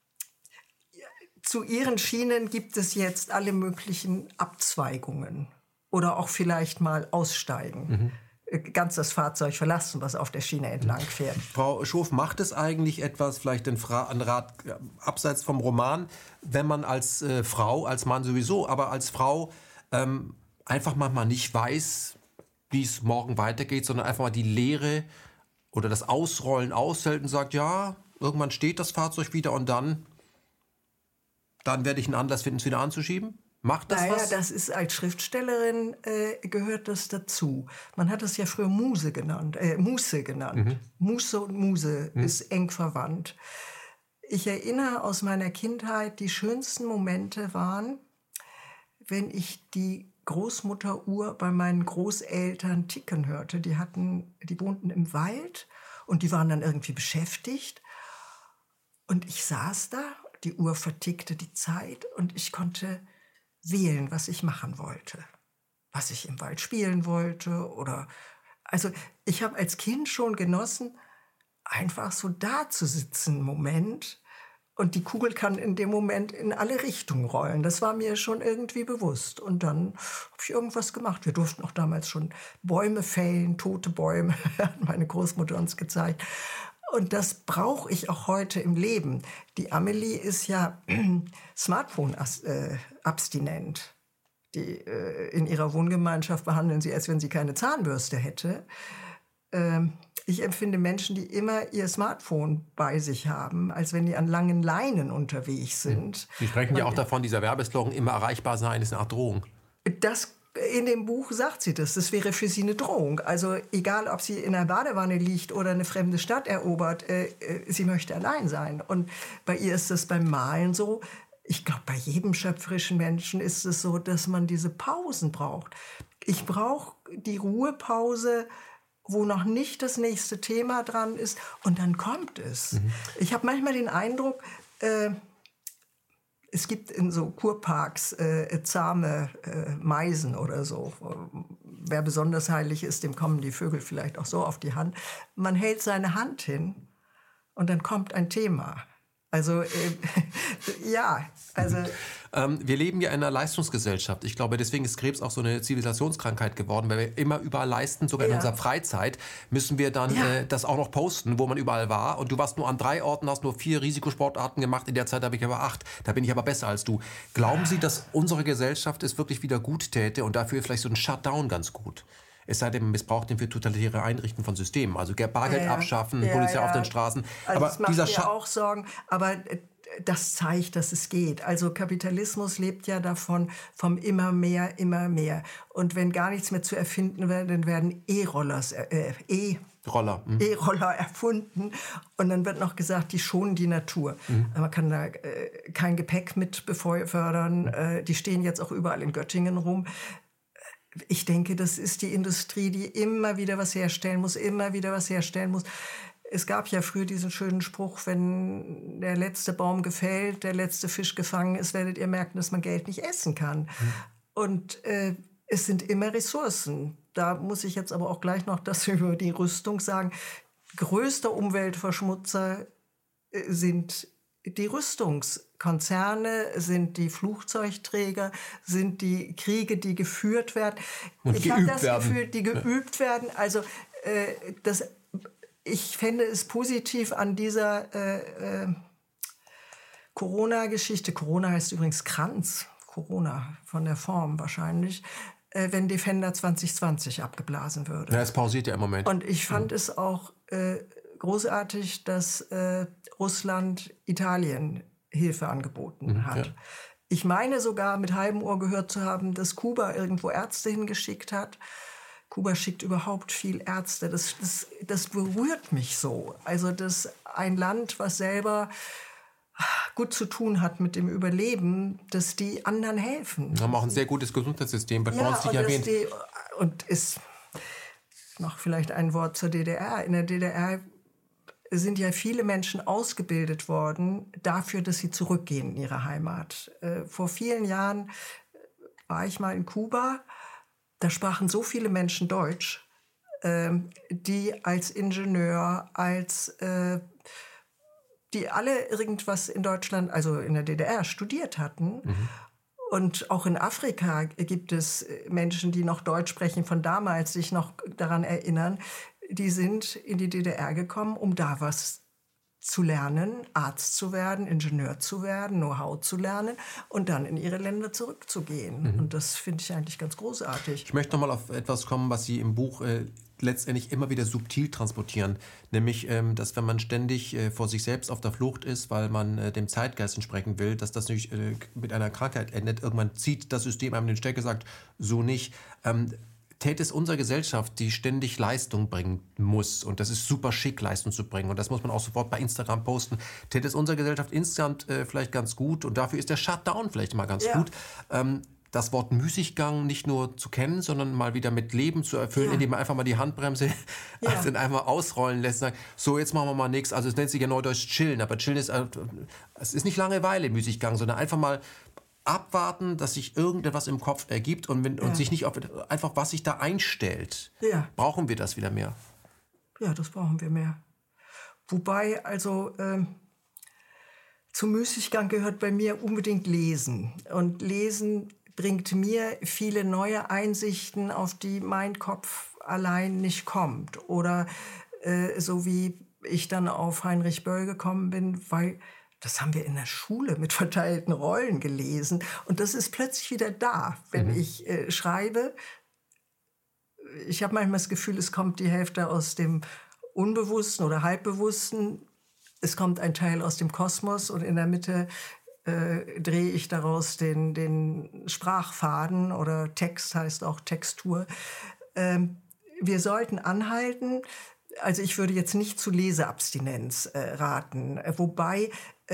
Zu ihren Schienen gibt es jetzt alle möglichen Abzweigungen oder auch vielleicht mal aussteigen. ganz das Fahrzeug verlassen, was auf der Schiene entlang fährt. Frau Schoof, macht es eigentlich etwas, vielleicht ein Rat abseits vom Roman, wenn man als Frau, als Mann sowieso, aber als Frau einfach manchmal nicht weiß, wie es morgen weitergeht, sondern einfach mal die Leere oder das Ausrollen aushält und sagt, ja, irgendwann steht das Fahrzeug wieder und dann werde ich einen Anlass finden, es wieder anzuschieben? Macht das was? Das ist als Schriftstellerin gehört das dazu. Man hat es ja früher Muße genannt. Muße und Muse ist eng verwandt. Ich erinnere aus meiner Kindheit, die schönsten Momente waren, wenn ich die Großmutteruhr bei meinen Großeltern ticken hörte. Die wohnten im Wald und die waren dann irgendwie beschäftigt. Und ich saß da, die Uhr vertickte die Zeit und ich konnte wählen, was ich machen wollte. Was ich im Wald spielen wollte oder... Also ich habe als Kind schon genossen, einfach so da zu sitzen, einen Moment. Und die Kugel kann in dem Moment in alle Richtungen rollen. Das war mir schon irgendwie bewusst. Und dann habe ich irgendwas gemacht. Wir durften auch damals schon Bäume fällen, tote Bäume, hat meine Großmutter uns gezeigt. Und das brauche ich auch heute im Leben. Die Amelie ist ja Smartphone-abstinent. In ihrer Wohngemeinschaft behandeln sie, als wenn sie keine Zahnbürste hätte. Ich empfinde Menschen, die immer ihr Smartphone bei sich haben, als wenn die an langen Leinen unterwegs sind. Sie sprechen ja auch davon, dieser Werbeslogan, immer erreichbar sein, ist eine Art Drohung. In dem Buch sagt sie das. Das wäre für sie eine Drohung. Also egal, ob sie in einer Badewanne liegt oder eine fremde Stadt erobert, sie möchte allein sein. Und bei ihr ist das beim Malen so. Ich glaube, bei jedem schöpferischen Menschen ist es so, dass man diese Pausen braucht. Ich brauche die Ruhepause, wo noch nicht das nächste Thema dran ist. Und dann kommt es. Ich habe manchmal den Eindruck... Es gibt in so Kurparks zahme Meisen oder so. Wer besonders heilig ist, dem kommen die Vögel vielleicht auch so auf die Hand. Man hält seine Hand hin und dann kommt ein Thema. Also, ja, also... Wir leben ja in einer Leistungsgesellschaft. Ich glaube, deswegen ist Krebs auch so eine Zivilisationskrankheit geworden, weil wir immer überall leisten, sogar in unserer Freizeit müssen wir dann das auch noch posten, wo man überall war. Und du warst nur an 3 Orten, hast nur 4 Risikosportarten gemacht. In der Zeit habe ich aber 8. Da bin ich aber besser als du. Glauben Sie, dass unsere Gesellschaft es wirklich wieder gut täte und dafür vielleicht so ein Shutdown ganz gut? Es sei denn, man missbraucht den für totalitäre Einrichten von Systemen. Also Bargeld abschaffen, Polizei auf den Straßen. Also aber das macht mir auch Sorgen. Aber das zeigt, dass es geht. Also Kapitalismus lebt ja davon, vom immer mehr, immer mehr. Und wenn gar nichts mehr zu erfinden wird, dann werden E-Roller erfunden. Und dann wird noch gesagt, die schonen die Natur. Man kann da kein Gepäck mit befördern. Die stehen jetzt auch überall in Göttingen rum. Ich denke, das ist die Industrie, die immer wieder was herstellen muss. Es gab ja früher diesen schönen Spruch, wenn der letzte Baum gefällt, der letzte Fisch gefangen ist, werdet ihr merken, dass man Geld nicht essen kann. Und es sind immer Ressourcen. Da muss ich jetzt aber auch gleich noch das über die Rüstung sagen. Größter Umweltverschmutzer sind die Rüstungskonzerne, sind die Flugzeugträger, sind die Kriege, die geführt werden. Ich habe das Gefühl, die geübt werden. Also ich fände es positiv an dieser Corona-Geschichte, Corona heißt übrigens Kranz, Corona von der Form wahrscheinlich, wenn Defender 2020 abgeblasen würde. Ja, es pausiert ja im Moment. Und ich fand es auch großartig, dass Russland Italien Hilfe angeboten hat. Ja. Ich meine sogar mit halbem Ohr gehört zu haben, dass Kuba irgendwo Ärzte hingeschickt hat. Kuba schickt überhaupt viel Ärzte. Das berührt mich so. Also, dass ein Land, was selber gut zu tun hat mit dem Überleben, dass die anderen helfen. Wir haben auch ein sehr gutes Gesundheitssystem, wird bei uns nicht erwähnt. Und ist noch vielleicht ein Wort zur DDR. In der DDR sind ja viele Menschen ausgebildet worden dafür, dass sie zurückgehen in ihre Heimat. Vor vielen Jahren war ich mal in Kuba. Da sprachen so viele Menschen Deutsch, die als Ingenieur, die alle irgendwas in Deutschland, also in der DDR, studiert hatten. Und auch in Afrika gibt es Menschen, die noch Deutsch sprechen, von damals sich noch daran erinnern, die sind in die DDR gekommen, um da was zu lernen, Arzt zu werden, Ingenieur zu werden, Know-how zu lernen und dann in ihre Länder zurückzugehen. Und das finde ich eigentlich ganz großartig. Ich möchte noch mal auf etwas kommen, was Sie im Buch letztendlich immer wieder subtil transportieren. Nämlich, dass wenn man ständig vor sich selbst auf der Flucht ist, weil man dem Zeitgeist entsprechen will, dass das natürlich mit einer Krankheit endet. Irgendwann zieht das System einem den Stecker, sagt, so nicht. Täte es unserer Gesellschaft, die ständig Leistung bringen muss, und das ist super schick, Leistung zu bringen, und das muss man auch sofort bei Instagram posten, täte es unserer Gesellschaft insgesamt vielleicht ganz gut, und dafür ist der Shutdown vielleicht mal ganz gut, das Wort Müßiggang nicht nur zu kennen, sondern mal wieder mit Leben zu erfüllen, indem man einfach mal die Handbremse dann einmal ausrollen lässt und sagt, so, jetzt machen wir mal nichts. Also es nennt sich ja neudeutsch Chillen, aber Chillen ist, es ist nicht Langeweile, Müßiggang, sondern einfach mal abwarten, dass sich irgendetwas im Kopf ergibt und sich nicht einfach, was sich da einstellt. Ja. Brauchen wir das wieder mehr? Ja, das brauchen wir mehr. Wobei, also zum Müßiggang gehört bei mir unbedingt Lesen. Und Lesen bringt mir viele neue Einsichten, auf die mein Kopf allein nicht kommt. Oder so wie ich dann auf Heinrich Böll gekommen bin, weil das haben wir in der Schule mit verteilten Rollen gelesen. Und das ist plötzlich wieder da, wenn ich schreibe. Ich habe manchmal das Gefühl, es kommt die Hälfte aus dem Unbewussten oder Halbbewussten. Es kommt ein Teil aus dem Kosmos und in der Mitte drehe ich daraus den Sprachfaden, oder Text heißt auch Textur. Wir sollten anhalten. Also ich würde jetzt nicht zu Leseabstinenz raten. Wobei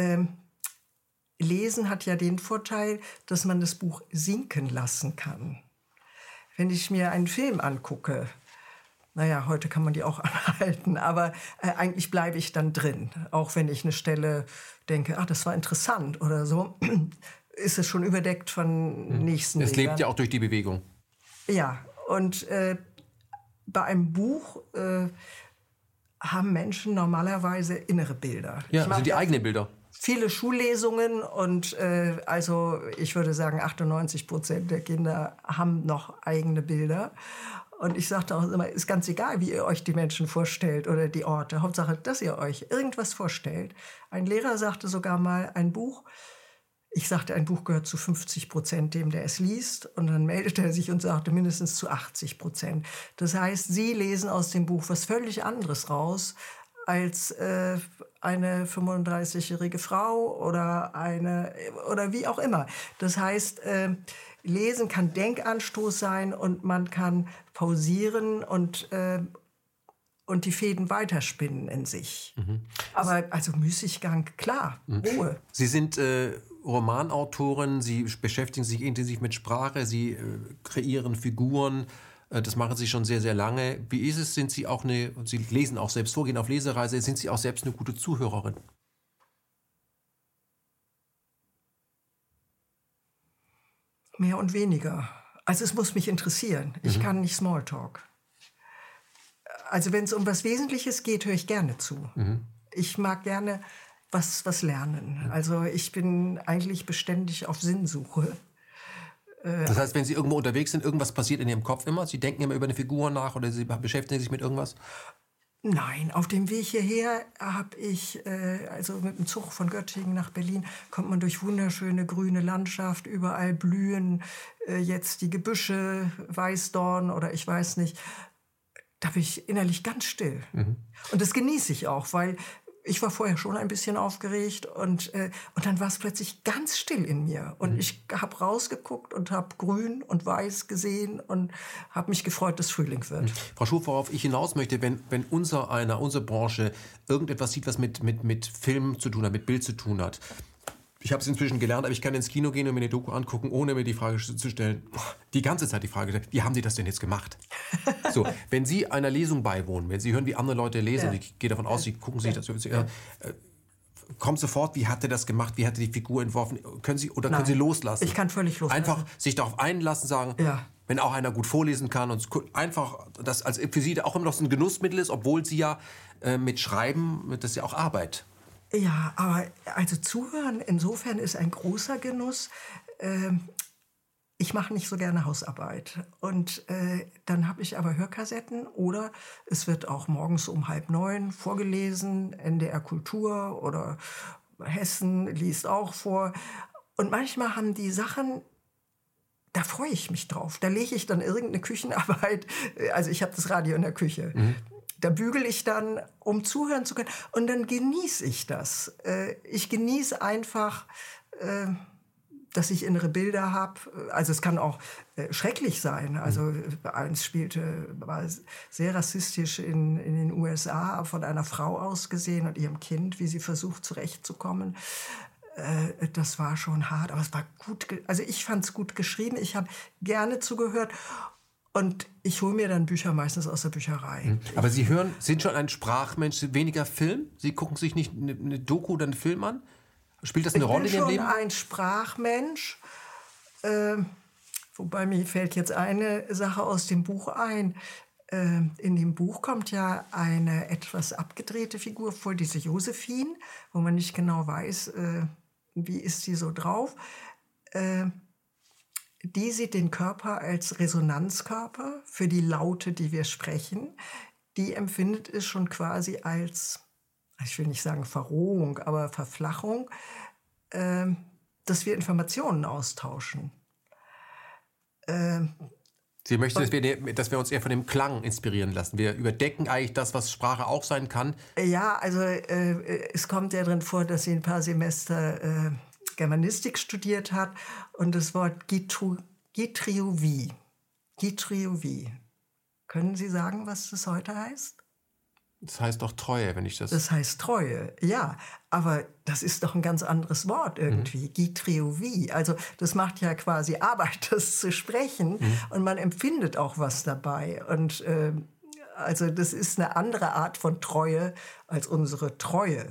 Lesen hat ja den Vorteil, dass man das Buch sinken lassen kann. Wenn ich mir einen Film angucke, naja, heute kann man die auch anhalten, aber eigentlich bleibe ich dann drin. Auch wenn ich eine Stelle denke, ach, das war interessant oder so, ist es schon überdeckt von nächsten Es Bildern. lebt ja auch durch die Bewegung. Ja, und bei einem Buch haben Menschen normalerweise innere Bilder. Ja, das sind die eigenen Bilder. Viele Schullesungen und also ich würde sagen 98% der Kinder haben noch eigene Bilder. Und ich sagte auch immer, ist ganz egal, wie ihr euch die Menschen vorstellt oder die Orte. Hauptsache, dass ihr euch irgendwas vorstellt. Ein Lehrer sagte sogar mal, ein Buch, ich sagte, ein Buch gehört zu 50% dem, der es liest. Und dann meldete er sich und sagte, mindestens zu 80%. Das heißt, Sie lesen aus dem Buch was völlig anderes raus als eine 35-jährige Frau oder wie auch immer. Das heißt, Lesen kann Denkanstoß sein und man kann pausieren und die Fäden weiterspinnen in sich. Aber also Müßiggang, klar, Ruhe. Sie sind Romanautorin, Sie beschäftigen sich intensiv mit Sprache, Sie kreieren Figuren. Das machen Sie schon sehr, sehr lange. Wie ist es? Sind Sie auch Sie lesen auch selbst vor, gehen auf Lesereise. Sind Sie auch selbst eine gute Zuhörerin? Mehr und weniger. Also es muss mich interessieren. Ich kann nicht Smalltalk. Also wenn es um was Wesentliches geht, höre ich gerne zu. Ich mag gerne was lernen. Also ich bin eigentlich beständig auf Sinnsuche. Das heißt, wenn Sie irgendwo unterwegs sind, irgendwas passiert in Ihrem Kopf immer? Sie denken immer über eine Figur nach oder Sie beschäftigen sich mit irgendwas? Nein, auf dem Weg hierher habe ich, also mit dem Zug von Göttingen nach Berlin, kommt man durch wunderschöne grüne Landschaft, überall blühen jetzt die Gebüsche, Weißdorn oder ich weiß nicht. Da bin ich innerlich ganz still. Und das genieße ich auch, weil ich war vorher schon ein bisschen aufgeregt und dann war es plötzlich ganz still in mir. Und ich habe rausgeguckt und habe grün und weiß gesehen und habe mich gefreut, dass Frühling wird. Frau Schuf, worauf ich hinaus möchte, wenn unsere Branche irgendetwas sieht, was mit Film zu tun hat, mit Bild zu tun hat. Ich habe es inzwischen gelernt, aber ich kann ins Kino gehen und mir eine Doku angucken, ohne mir die Frage zu stellen, die ganze Zeit die Frage, wie haben Sie das denn jetzt gemacht? So, wenn Sie einer Lesung beiwohnen, wenn Sie hören, wie andere Leute lesen, ich gehe davon aus, Sie gucken sich das, kommt sofort, wie hat er das gemacht, wie hat er die Figur entworfen, können Sie loslassen? Ich kann völlig loslassen. Einfach sich darauf einlassen, sagen, wenn auch einer gut vorlesen kann und einfach, das als für Sie auch immer noch so ein Genussmittel ist, obwohl Sie ja mit Schreiben, das ist ja auch Arbeit. Ja, aber also zuhören insofern ist ein großer Genuss. ich mache nicht so gerne Hausarbeit. Und dann habe ich aber Hörkassetten oder es wird auch morgens um 8:30 vorgelesen, NDR Kultur oder Hessen liest auch vor. Und manchmal haben die Sachen, da freue ich mich drauf. Da lege ich dann irgendeine Küchenarbeit, also ich habe das Radio in der Küche. Da bügele ich dann, um zuhören zu können. Und dann genieße ich das. Ich genieße einfach, dass ich innere Bilder habe. Also es kann auch schrecklich sein. Also eins war sehr rassistisch in den USA, von einer Frau aus gesehen und ihrem Kind, wie sie versucht zurechtzukommen. Das war schon hart, aber es war gut. Also ich fand es gut geschrieben. Ich habe gerne zugehört. Und ich hole mir dann Bücher meistens aus der Bücherei. Aber Sie sind schon ein Sprachmensch, weniger Film? Sie gucken sich nicht eine Doku oder einen Film an? Spielt das eine Rolle in Ihrem Leben? Ich bin schon ein Sprachmensch. Wobei mir fällt jetzt eine Sache aus dem Buch ein. In dem Buch kommt ja eine etwas abgedrehte Figur vor, diese Josephine, wo man nicht genau weiß, wie ist sie so drauf. Die sieht den Körper als Resonanzkörper für die Laute, die wir sprechen. Die empfindet es schon quasi als, ich will nicht sagen Verrohung, aber Verflachung, dass wir Informationen austauschen. Sie möchten, dass wir uns eher von dem Klang inspirieren lassen. Wir überdecken eigentlich das, was Sprache auch sein kann. Ja, also es kommt ja drin vor, dass sie ein paar Semester Germanistik studiert hat und das Wort Gitriouvi. Können Sie sagen, was das heute heißt? Das heißt doch Treue, wenn ich das... Das heißt Treue, ja. Aber das ist doch ein ganz anderes Wort irgendwie. Gitriouvi. Also das macht ja quasi Arbeit, das zu sprechen. Und man empfindet auch was dabei. Und also das ist eine andere Art von Treue als unsere Treue.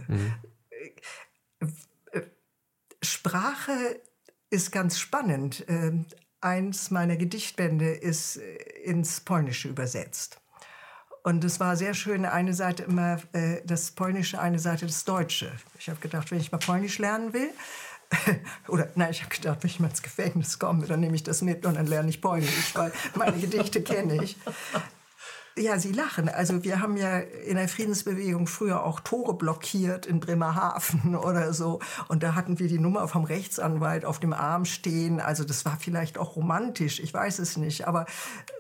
Sprache ist ganz spannend. Eins meiner Gedichtbände ist ins Polnische übersetzt. Und es war sehr schön, eine Seite immer das Polnische, eine Seite das Deutsche. Ich habe gedacht, wenn ich mal Polnisch lernen will, ich habe gedacht, wenn ich mal ins Gefängnis komme, dann nehme ich das mit und dann lerne ich Polnisch, weil meine Gedichte kenne ich. Ja, Sie lachen. Also wir haben ja in der Friedensbewegung früher auch Tore blockiert in Bremerhaven oder so. Und da hatten wir die Nummer vom Rechtsanwalt auf dem Arm stehen. Also das war vielleicht auch romantisch, ich weiß es nicht. Aber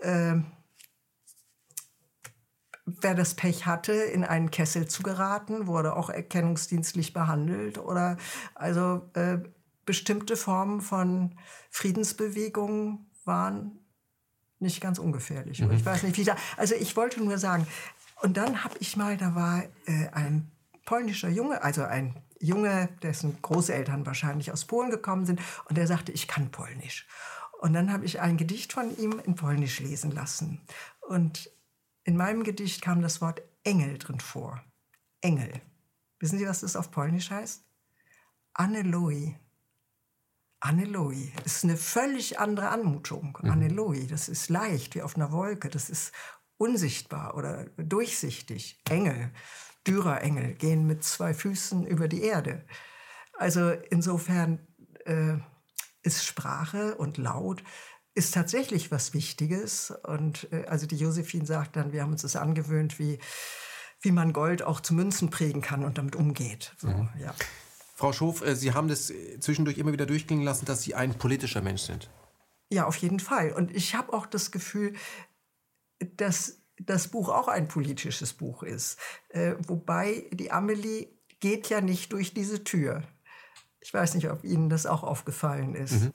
wer das Pech hatte, in einen Kessel zu geraten, wurde auch erkennungsdienstlich behandelt. Oder also bestimmte Formen von Friedensbewegungen waren nicht ganz ungefährlich. Ich weiß nicht, wie also ich wollte nur sagen, und dann habe ich mal, da war ein polnischer Junge, also ein Junge, dessen Großeltern wahrscheinlich aus Polen gekommen sind, und der sagte, ich kann Polnisch. Und dann habe ich ein Gedicht von ihm in Polnisch lesen lassen. Und in meinem Gedicht kam das Wort Engel drin vor. Engel. Wissen Sie, was das auf Polnisch heißt? Aneloi. Aneloi ist eine völlig andere Anmutung. Aneloi, das ist leicht, wie auf einer Wolke. Das ist unsichtbar oder durchsichtig. Engel, Dürerengel, gehen mit 2 Füßen über die Erde. Also insofern ist Sprache und Laut ist tatsächlich was Wichtiges. Und also die Josephine sagt dann, wir haben uns das angewöhnt, wie man Gold auch zu Münzen prägen kann und damit umgeht. So, ja. Frau Schof, Sie haben das zwischendurch immer wieder durchklingen lassen, dass Sie ein politischer Mensch sind. Ja, auf jeden Fall. Und ich habe auch das Gefühl, dass das Buch auch ein politisches Buch ist. Wobei die Amelie geht ja nicht durch diese Tür. Ich weiß nicht, ob Ihnen das auch aufgefallen ist.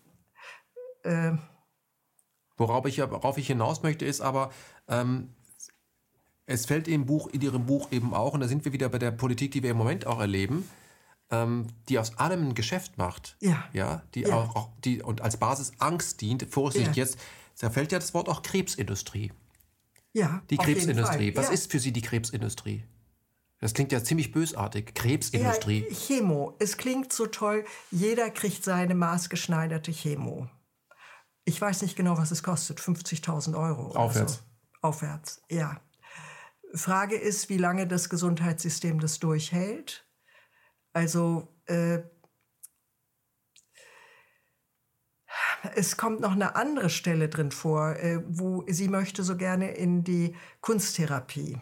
Worauf ich hinaus möchte, ist aber, es fällt in Ihrem Buch eben auch, und da sind wir wieder bei der Politik, die wir im Moment auch erleben, die aus allem ein Geschäft macht, die und als Basis Angst dient, Vorsicht jetzt, da fällt ja das Wort auch Krebsindustrie. Ja, die Krebsindustrie. Was ja. ist für Sie die Krebsindustrie? Das klingt ja ziemlich bösartig. Krebsindustrie. Ja, Chemo. Es klingt so toll, jeder kriegt seine maßgeschneiderte Chemo. Ich weiß nicht genau, was es kostet, 50.000 Euro. Aufwärts. So. Aufwärts, ja. Frage ist, wie lange das Gesundheitssystem das durchhält. Also Es kommt noch eine andere Stelle drin vor, wo sie möchte so gerne in die Kunsttherapie.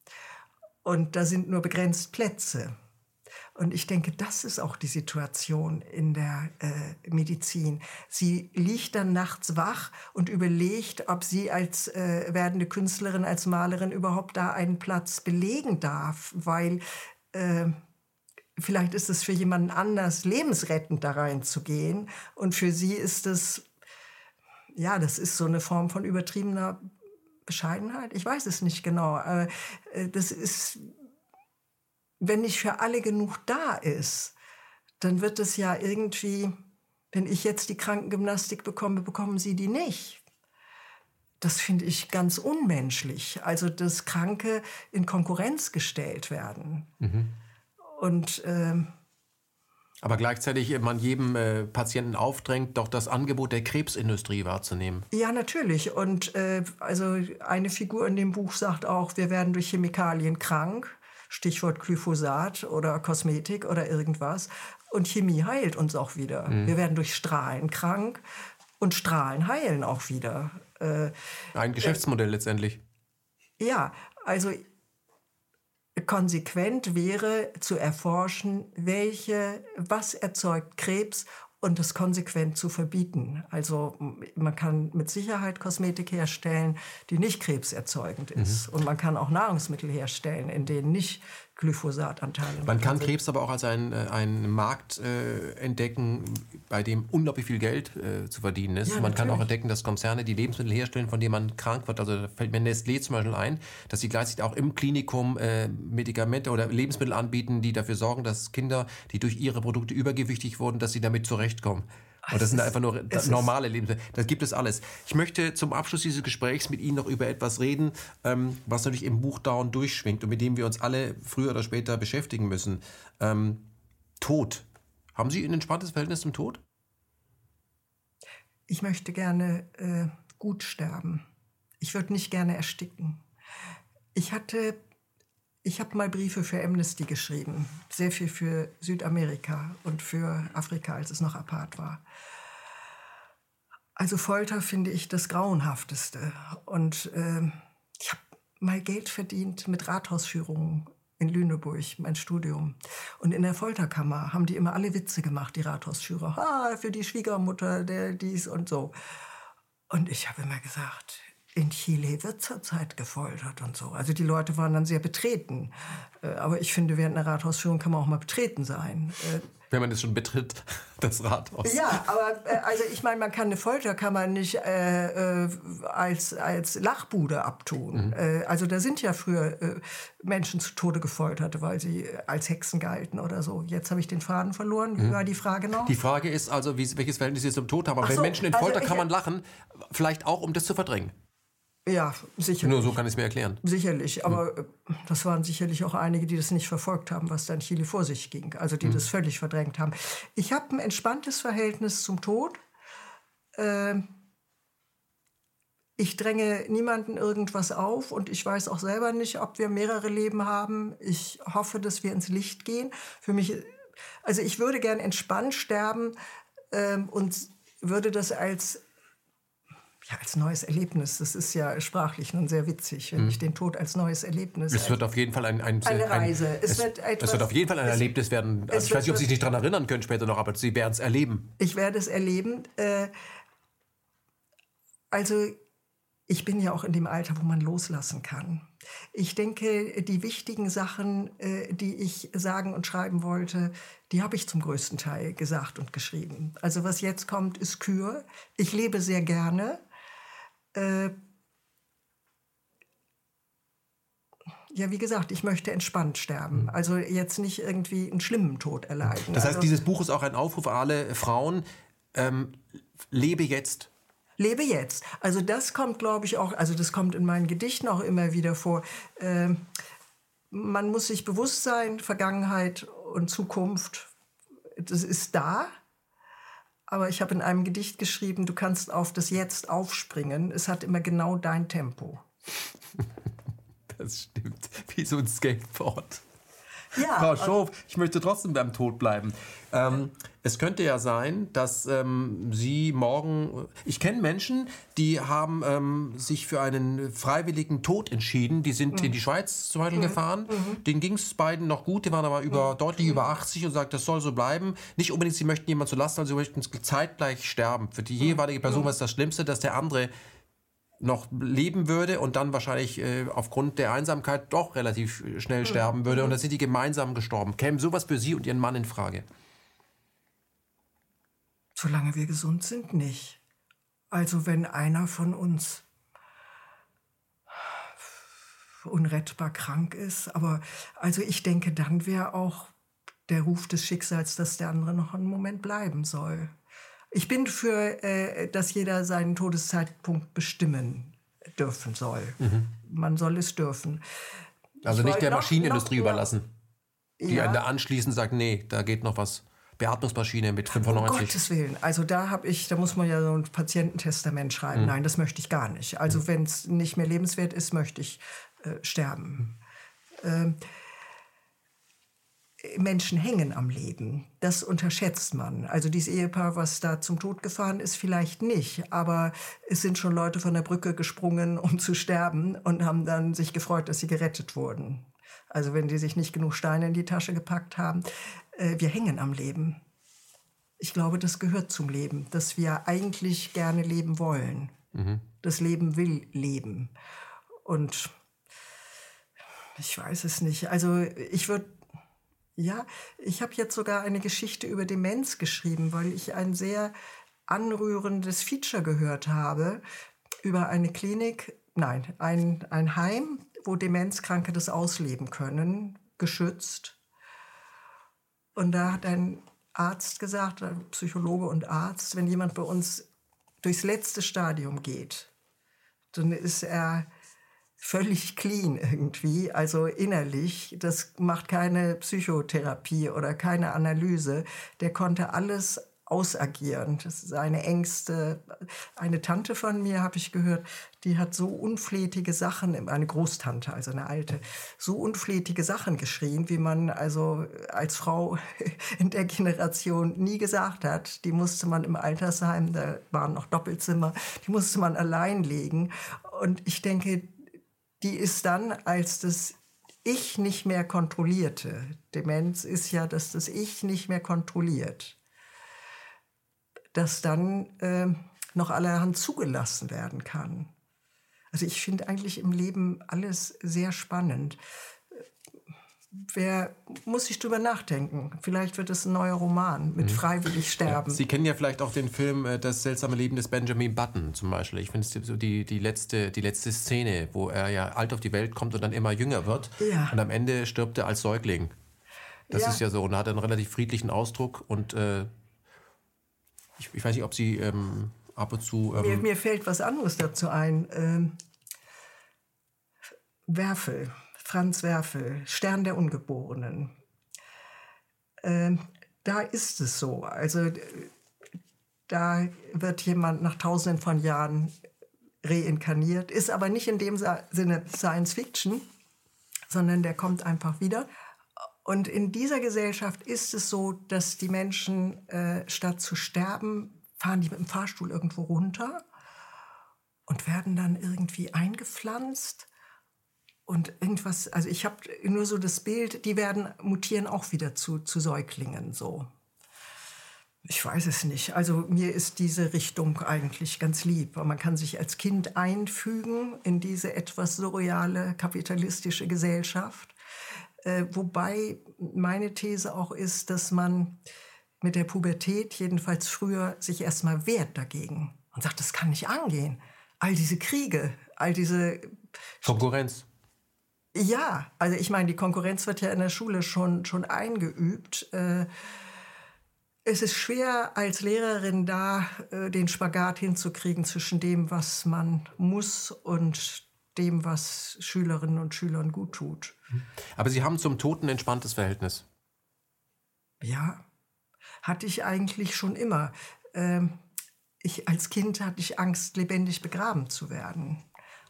Und da sind nur begrenzt Plätze. Und ich denke, das ist auch die Situation in der Medizin. Sie liegt dann nachts wach und überlegt, ob sie als werdende Künstlerin, als Malerin überhaupt da einen Platz belegen darf, weil vielleicht ist es für jemanden anders lebensrettend, da reinzugehen. Und für sie ist es, ja, das ist so eine Form von übertriebener Bescheidenheit. Ich weiß es nicht genau. Aber das ist, wenn nicht für alle genug da ist, dann wird es ja irgendwie, wenn ich jetzt die Krankengymnastik bekomme, bekommen Sie die nicht. Das finde ich ganz unmenschlich. Also, dass Kranke in Konkurrenz gestellt werden. Und aber gleichzeitig man jedem Patienten aufdrängt, doch das Angebot der Krebsindustrie wahrzunehmen. ja, natürlich. Und also eine Figur in dem Buch sagt auch, wir werden durch Chemikalien krank. Stichwort Glyphosat oder Kosmetik oder irgendwas. Und Chemie heilt uns auch wieder. Wir werden durch Strahlen krank und Strahlen heilen auch wieder. Ein Geschäftsmodell letztendlich. Ja, also konsequent wäre zu erforschen, was erzeugt Krebs und das konsequent zu verbieten. Also man kann mit Sicherheit Kosmetik herstellen, die nicht krebserzeugend ist. Und man kann auch Nahrungsmittel herstellen, in denen nicht Glyphosatanteile Man kann sind. Krebs aber auch als einen Markt entdecken, bei dem unglaublich viel Geld zu verdienen ist. Ja, Man kann auch natürlich. entdecken, dass Konzerne die Lebensmittel herstellen, von denen man krank wird. Also da fällt mir Nestlé zum Beispiel ein, dass sie gleichzeitig auch im Klinikum Medikamente oder Lebensmittel anbieten, die dafür sorgen, dass Kinder, die durch ihre Produkte übergewichtig wurden, dass sie damit zurechtkommen. Und das sind einfach nur normale Lebensmittel. Das gibt es alles. Ich möchte zum Abschluss dieses Gesprächs mit Ihnen noch über etwas reden, was natürlich im Buch dauernd durchschwingt und mit dem wir uns alle früher oder später beschäftigen müssen. Tod. Haben Sie ein entspanntes Verhältnis zum Tod? Ich möchte gerne gut sterben. Ich würde nicht gerne ersticken. Ich habe mal Briefe für Amnesty geschrieben, sehr viel für Südamerika und für Afrika, als es noch Apart war. Also Folter finde ich das Grauenhafteste. Und ich habe mal Geld verdient mit Rathausführungen in Lüneburg, mein Studium. Und in der Folterkammer haben die immer alle Witze gemacht, die Rathausführer. Für die Schwiegermutter, der dies und so. Und ich habe immer gesagt, in Chile wird zurzeit gefoltert und so. Also die Leute waren dann sehr betreten. Aber ich finde, während einer Rathausführung kann man auch mal betreten sein. Wenn man das schon betritt, das Rathaus. Ja, aber also ich meine, man kann eine Folterkammer nicht als Lachbude abtun. Also da sind ja früher Menschen zu Tode gefoltert, weil sie als Hexen galten oder so. Jetzt habe ich den Faden verloren. Wie war die Frage noch? Die Frage ist also, welches Verhältnis Sie zum Tod haben. Aber Ach wenn so, Menschen in also Folterkammern lachen, vielleicht auch, um das zu verdrängen. Ja, sicherlich. Nur so kann ich es mir erklären. Sicherlich, aber das waren sicherlich auch einige, die das nicht verfolgt haben, was da in Chile vor sich ging. Also die das völlig verdrängt haben. Ich habe ein entspanntes Verhältnis zum Tod. Ich dränge niemanden irgendwas auf und ich weiß auch selber nicht, ob wir mehrere Leben haben. Ich hoffe, dass wir ins Licht gehen. Für mich, also ich würde gern entspannt sterben und würde das als neues Erlebnis. Das ist ja sprachlich nun sehr witzig, wenn ich den Tod als neues Erlebnis... Es wird auf jeden Fall eine Reise. Es wird auf jeden Fall ein Erlebnis werden. Also ich weiß nicht, ob Sie sich nicht daran erinnern können später noch, aber Sie werden es erleben. Ich werde es erleben. Also ich bin ja auch in dem Alter, wo man loslassen kann. Ich denke, die wichtigen Sachen, die ich sagen und schreiben wollte, die habe ich zum größten Teil gesagt und geschrieben. Also was jetzt kommt, ist Kür. Ich lebe sehr gerne. Ja, wie gesagt, ich möchte entspannt sterben. Also jetzt nicht irgendwie einen schlimmen Tod erleiden. Das heißt, dieses Buch ist auch ein Aufruf an alle Frauen, lebe jetzt. Lebe jetzt. Also das kommt, glaube ich, auch, also das kommt in meinen Gedichten auch immer wieder vor. Man muss sich bewusst sein, Vergangenheit und Zukunft, das ist da. Aber ich habe in einem Gedicht geschrieben, du kannst auf das Jetzt aufspringen. Es hat immer genau dein Tempo. Das stimmt. Wie so ein Skateboard. Ja, Frau Schoof, ich möchte trotzdem beim Tod bleiben. Es könnte ja sein, dass Sie morgen... Ich kenne Menschen, die haben sich für einen freiwilligen Tod entschieden. Die sind in die Schweiz zum Beispiel gefahren. Denen ging es beiden noch gut. Die waren aber deutlich über 80 und sagt, das soll so bleiben. Nicht unbedingt, sie möchten jemand zu Last, sondern sie möchten zeitgleich sterben. Für die jeweilige Person war es das Schlimmste, dass der andere noch leben würde und dann wahrscheinlich aufgrund der Einsamkeit doch relativ schnell sterben würde. Und dann sind die gemeinsam gestorben. Käme sowas für Sie und Ihren Mann in Frage? Solange wir gesund sind, nicht. Also wenn einer von uns unrettbar krank ist, aber also ich denke, dann wäre auch der Ruf des Schicksals, dass der andere noch einen Moment bleiben soll. Ich bin für, dass jeder seinen Todeszeitpunkt bestimmen dürfen soll. Man soll es dürfen. Also nicht der Maschinenindustrie überlassen, die Ja. dann anschließend sagt, nee, da geht noch was. Beatmungsmaschine mit Um 95. Gottes Willen. Also da muss man ja so ein Patiententestament schreiben. Nein, das möchte ich gar nicht. Also wenn es nicht mehr lebenswert ist, möchte ich sterben. Menschen hängen am Leben. Das unterschätzt man. Also dieses Ehepaar, was da zum Tod gefahren ist, vielleicht nicht. Aber es sind schon Leute von der Brücke gesprungen, um zu sterben und haben dann sich gefreut, dass sie gerettet wurden. Also wenn die sich nicht genug Steine in die Tasche gepackt haben. Wir hängen am Leben. Ich glaube, das gehört zum Leben, dass wir eigentlich gerne leben wollen. Das Leben will leben. Und ich weiß es nicht. Also ich habe jetzt sogar eine Geschichte über Demenz geschrieben, weil ich ein sehr anrührendes Feature gehört habe über eine Klinik, ein Heim, wo Demenzkranke das ausleben können, geschützt. Und da hat ein Arzt gesagt, ein Psychologe und Arzt, wenn jemand bei uns durchs letzte Stadium geht, dann ist er völlig clean irgendwie, also innerlich. Das macht keine Psychotherapie oder keine Analyse. Der konnte alles ausagieren. Das ist seine Ängste. Eine Tante von mir, habe ich gehört, die hat so unflätige Sachen, eine Großtante, also eine alte, so unflätige Sachen geschrien, wie man also als Frau in der Generation nie gesagt hat. Die musste man im Altersheim, da waren noch Doppelzimmer, die musste man allein legen. Und ich denke, die ist dann, als das Ich nicht mehr kontrollierte. Demenz ist ja, dass das Ich nicht mehr kontrolliert. Dass dann noch allerhand zugelassen werden kann. Also ich finde eigentlich im Leben alles sehr spannend. Muss ich drüber nachdenken. Vielleicht wird es ein neuer Roman mit freiwillig sterben. Sie kennen ja vielleicht auch den Film Das seltsame Leben des Benjamin Button zum Beispiel. Ich finde es so die letzte Szene, wo er ja alt auf die Welt kommt und dann immer jünger wird. Ja. Und am Ende stirbt er als Säugling. Das ist ja so. Und er hat einen relativ friedlichen Ausdruck. Und ich weiß nicht, ob Sie ab und zu... Mir fällt was anderes dazu ein. Werfel, Franz Werfel, Stern der Ungeborenen. Da ist es so. Also da wird jemand nach Tausenden von Jahren reinkarniert, ist aber nicht in dem Sinne Science Fiction, sondern der kommt einfach wieder. Und in dieser Gesellschaft ist es so, dass die Menschen statt zu sterben, fahren die mit dem Fahrstuhl irgendwo runter und werden dann irgendwie eingepflanzt. Und irgendwas, also ich habe nur so das Bild, die mutieren auch wieder zu Säuglingen so. Ich weiß es nicht. Also mir ist diese Richtung eigentlich ganz lieb. Man kann sich als Kind einfügen in diese etwas surreale kapitalistische Gesellschaft. Wobei meine These auch ist, dass man mit der Pubertät, jedenfalls früher, sich erstmal wehrt dagegen. Und sagt, das kann nicht angehen. All diese Kriege, all diese... Konkurrenz. Ja, also ich meine, die Konkurrenz wird ja in der Schule schon eingeübt. Es ist schwer, als Lehrerin da den Spagat hinzukriegen zwischen dem, was man muss und dem, was Schülerinnen und Schülern gut tut. Aber Sie haben zum Tod ein entspanntes Verhältnis. Ja, hatte ich eigentlich schon immer. Als Kind hatte ich Angst, lebendig begraben zu werden.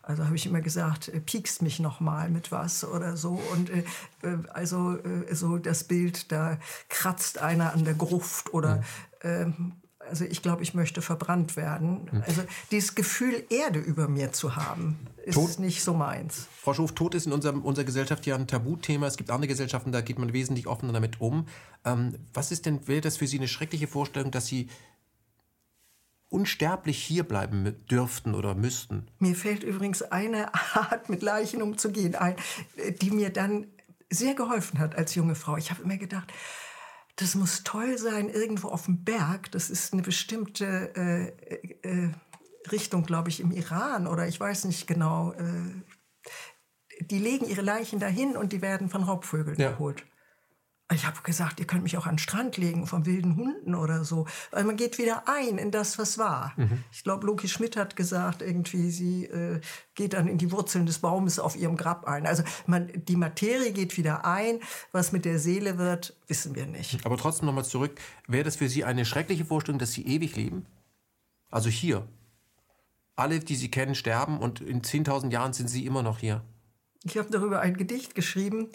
Also habe ich immer gesagt, piekst mich noch mal mit was oder so. Und so das Bild, da kratzt einer an der Gruft oder also ich glaube, ich möchte verbrannt werden. Also dieses Gefühl, Erde über mir zu haben, ist nicht so meins. Frau Schoof, Tod ist in unserer Gesellschaft ja ein Tabuthema. Es gibt andere Gesellschaften, da geht man wesentlich offener damit um. Wäre das für Sie eine schreckliche Vorstellung, dass Sie unsterblich hier bleiben dürften oder müssten? Mir fällt übrigens eine Art, mit Leichen umzugehen, ein, die mir dann sehr geholfen hat als junge Frau. Ich habe immer gedacht, das muss toll sein, irgendwo auf dem Berg. Das ist eine bestimmte Richtung, glaube ich, im Iran oder ich weiß nicht genau. Die legen ihre Leichen dahin und die werden von Raubvögeln geholt. Ich habe gesagt, ihr könnt mich auch an den Strand legen, von wilden Hunden oder so. Weil man geht wieder ein in das, was war. Ich glaube, Loki Schmidt hat gesagt, irgendwie, sie geht dann in die Wurzeln des Baumes auf ihrem Grab ein. Also die Materie geht wieder ein. Was mit der Seele wird, wissen wir nicht. Aber trotzdem nochmal zurück. Wäre das für Sie eine schreckliche Vorstellung, dass Sie ewig leben? Also hier. Alle, die Sie kennen, sterben und in 10.000 Jahren sind Sie immer noch hier. Ich habe darüber ein Gedicht geschrieben,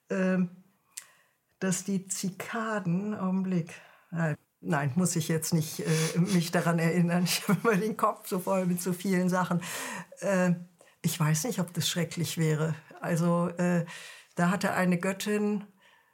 dass die Zikaden, Augenblick, nein, muss ich jetzt nicht mich daran erinnern, ich habe immer den Kopf so voll mit so vielen Sachen. Ich weiß nicht, ob das schrecklich wäre. Also da hatte eine Göttin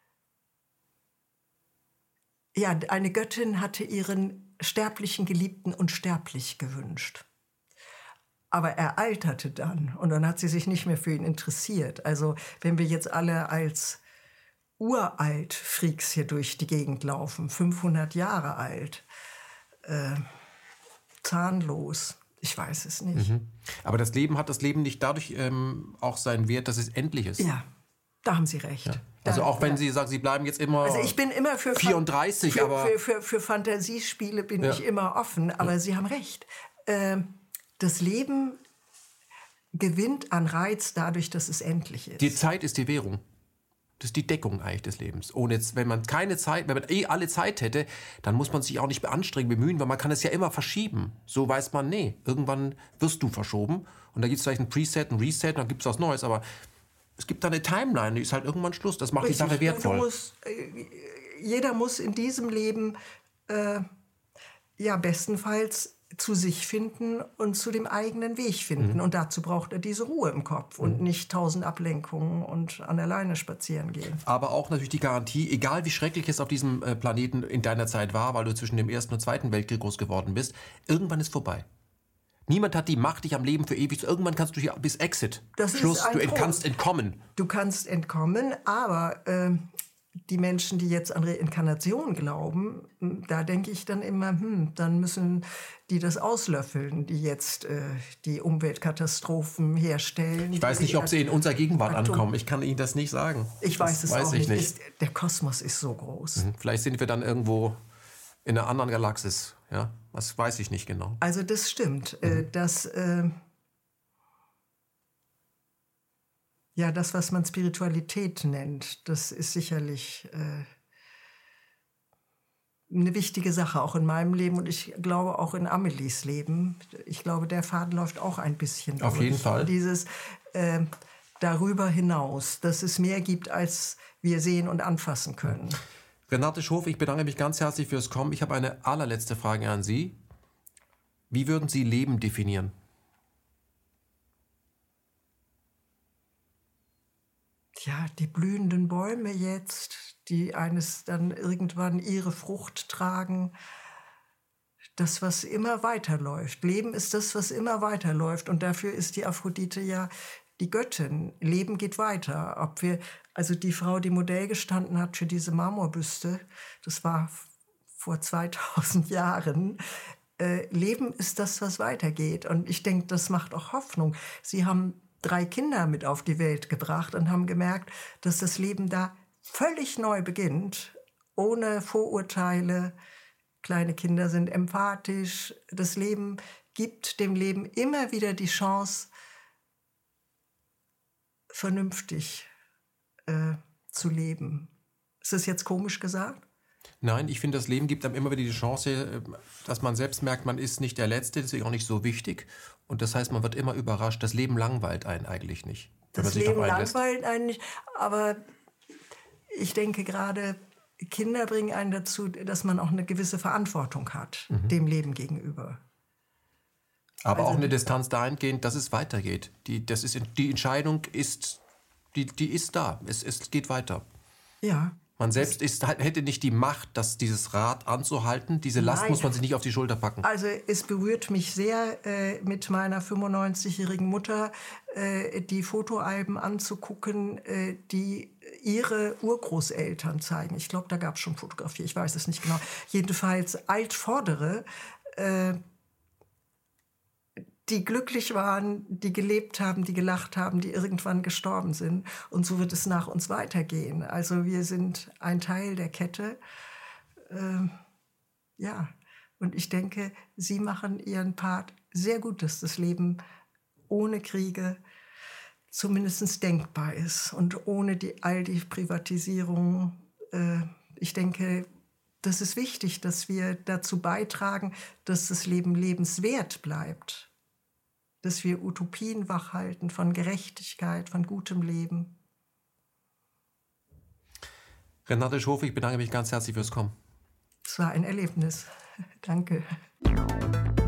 hatte ihren sterblichen Geliebten unsterblich gewünscht. Aber er alterte dann und dann hat sie sich nicht mehr für ihn interessiert. Also wenn wir jetzt alle als uralt Freaks hier durch die Gegend laufen, 500 Jahre alt, zahnlos, ich weiß es nicht. Aber das Leben hat nicht dadurch auch seinen Wert, dass es endlich ist? Ja, da haben Sie recht. Ja. Also auch wenn Sie sagen, Sie bleiben jetzt immer also ich bin immer für 34, aber für Fantasiespiele bin ich immer offen, aber Sie haben recht. Das Leben gewinnt an Reiz dadurch, dass es endlich ist. Die Zeit ist die Währung. Das ist die Deckung eigentlich des Lebens. Wenn man alle Zeit hätte, dann muss man sich auch nicht beanstrengen, bemühen, weil man kann es ja immer verschieben. So weiß man, irgendwann wirst du verschoben und da gibt es vielleicht ein Preset, ein Reset, dann gibt es was Neues, aber es gibt da eine Timeline, die ist halt irgendwann Schluss. Das macht die Sache wertvoll. Jeder muss in diesem Leben bestenfalls zu sich finden und zu dem eigenen Weg finden. Und dazu braucht er diese Ruhe im Kopf und nicht 1000 Ablenkungen und an der Leine spazieren gehen. Aber auch natürlich die Garantie, egal wie schrecklich es auf diesem Planeten in deiner Zeit war, weil du zwischen dem Ersten und Zweiten Weltkrieg groß geworden bist, irgendwann ist vorbei. Niemand hat die Macht, dich am Leben für ewig zu... Irgendwann kannst du hier bis Exit. Schluss, du kannst entkommen. Du kannst entkommen, aber die Menschen, die jetzt an Reinkarnation glauben, da denke ich dann immer, dann müssen die das auslöffeln, die jetzt die Umweltkatastrophen herstellen. Ich weiß nicht, ob sie in unserer Gegenwart ankommen. Ich kann Ihnen das nicht sagen. Ich weiß es auch nicht. Der Kosmos ist so groß. Vielleicht sind wir dann irgendwo in einer anderen Galaxis. Ja, das weiß ich nicht genau. Also das stimmt. Das, was man Spiritualität nennt, das ist sicherlich eine wichtige Sache, auch in meinem Leben und ich glaube auch in Amelies Leben. Ich glaube, der Faden läuft auch ein bisschen durch. Auf jeden Fall. Dieses darüber hinaus, dass es mehr gibt, als wir sehen und anfassen können. Renate Schoof, ich bedanke mich ganz herzlich fürs Kommen. Ich habe eine allerletzte Frage an Sie. Wie würden Sie Leben definieren? Ja, die blühenden Bäume jetzt, die eines dann irgendwann ihre Frucht tragen. Das, was immer weiterläuft. Leben ist das, was immer weiterläuft. Und dafür ist die Aphrodite ja die Göttin. Leben geht weiter. Also die Frau, die Modell gestanden hat für diese Marmorbüste, das war vor 2000 Jahren. Leben ist das, was weitergeht. Und ich denke, das macht auch Hoffnung. Sie haben 3 Kinder mit auf die Welt gebracht und haben gemerkt, dass das Leben da völlig neu beginnt, ohne Vorurteile. Kleine Kinder sind empathisch. Das Leben gibt dem Leben immer wieder die Chance, vernünftig zu leben. Ist das jetzt komisch gesagt? Nein, ich finde, das Leben gibt einem immer wieder die Chance, dass man selbst merkt, man ist nicht der Letzte, deswegen auch nicht so wichtig. Und das heißt, man wird immer überrascht. Das Leben langweilt einen eigentlich nicht. Das Leben langweilt einen nicht, aber ich denke gerade, Kinder bringen einen dazu, dass man auch eine gewisse Verantwortung hat, dem Leben gegenüber. Aber auch eine Distanz dahingehend, dass es weitergeht. Die Entscheidung ist, die ist da. Es geht weiter. Ja. Man selbst hätte nicht die Macht, dieses Rad anzuhalten. Diese Last muss man sich nicht auf die Schulter packen. Also es berührt mich sehr, mit meiner 95-jährigen Mutter die Fotoalben anzugucken, die ihre Urgroßeltern zeigen. Ich glaube, da gab es schon Fotografie, ich weiß es nicht genau. Jedenfalls Altvordere, die glücklich waren, die gelebt haben, die gelacht haben, die irgendwann gestorben sind. Und so wird es nach uns weitergehen. Also wir sind ein Teil der Kette. Ja, und ich denke, Sie machen Ihren Part sehr gut, dass das Leben ohne Kriege zumindest denkbar ist und ohne all die Privatisierung. Ich denke, das ist wichtig, dass wir dazu beitragen, dass das Leben lebenswert bleibt. Dass wir Utopien wachhalten von Gerechtigkeit, von gutem Leben. Renate Schofe, ich bedanke mich ganz herzlich fürs Kommen. Es war ein Erlebnis. Danke.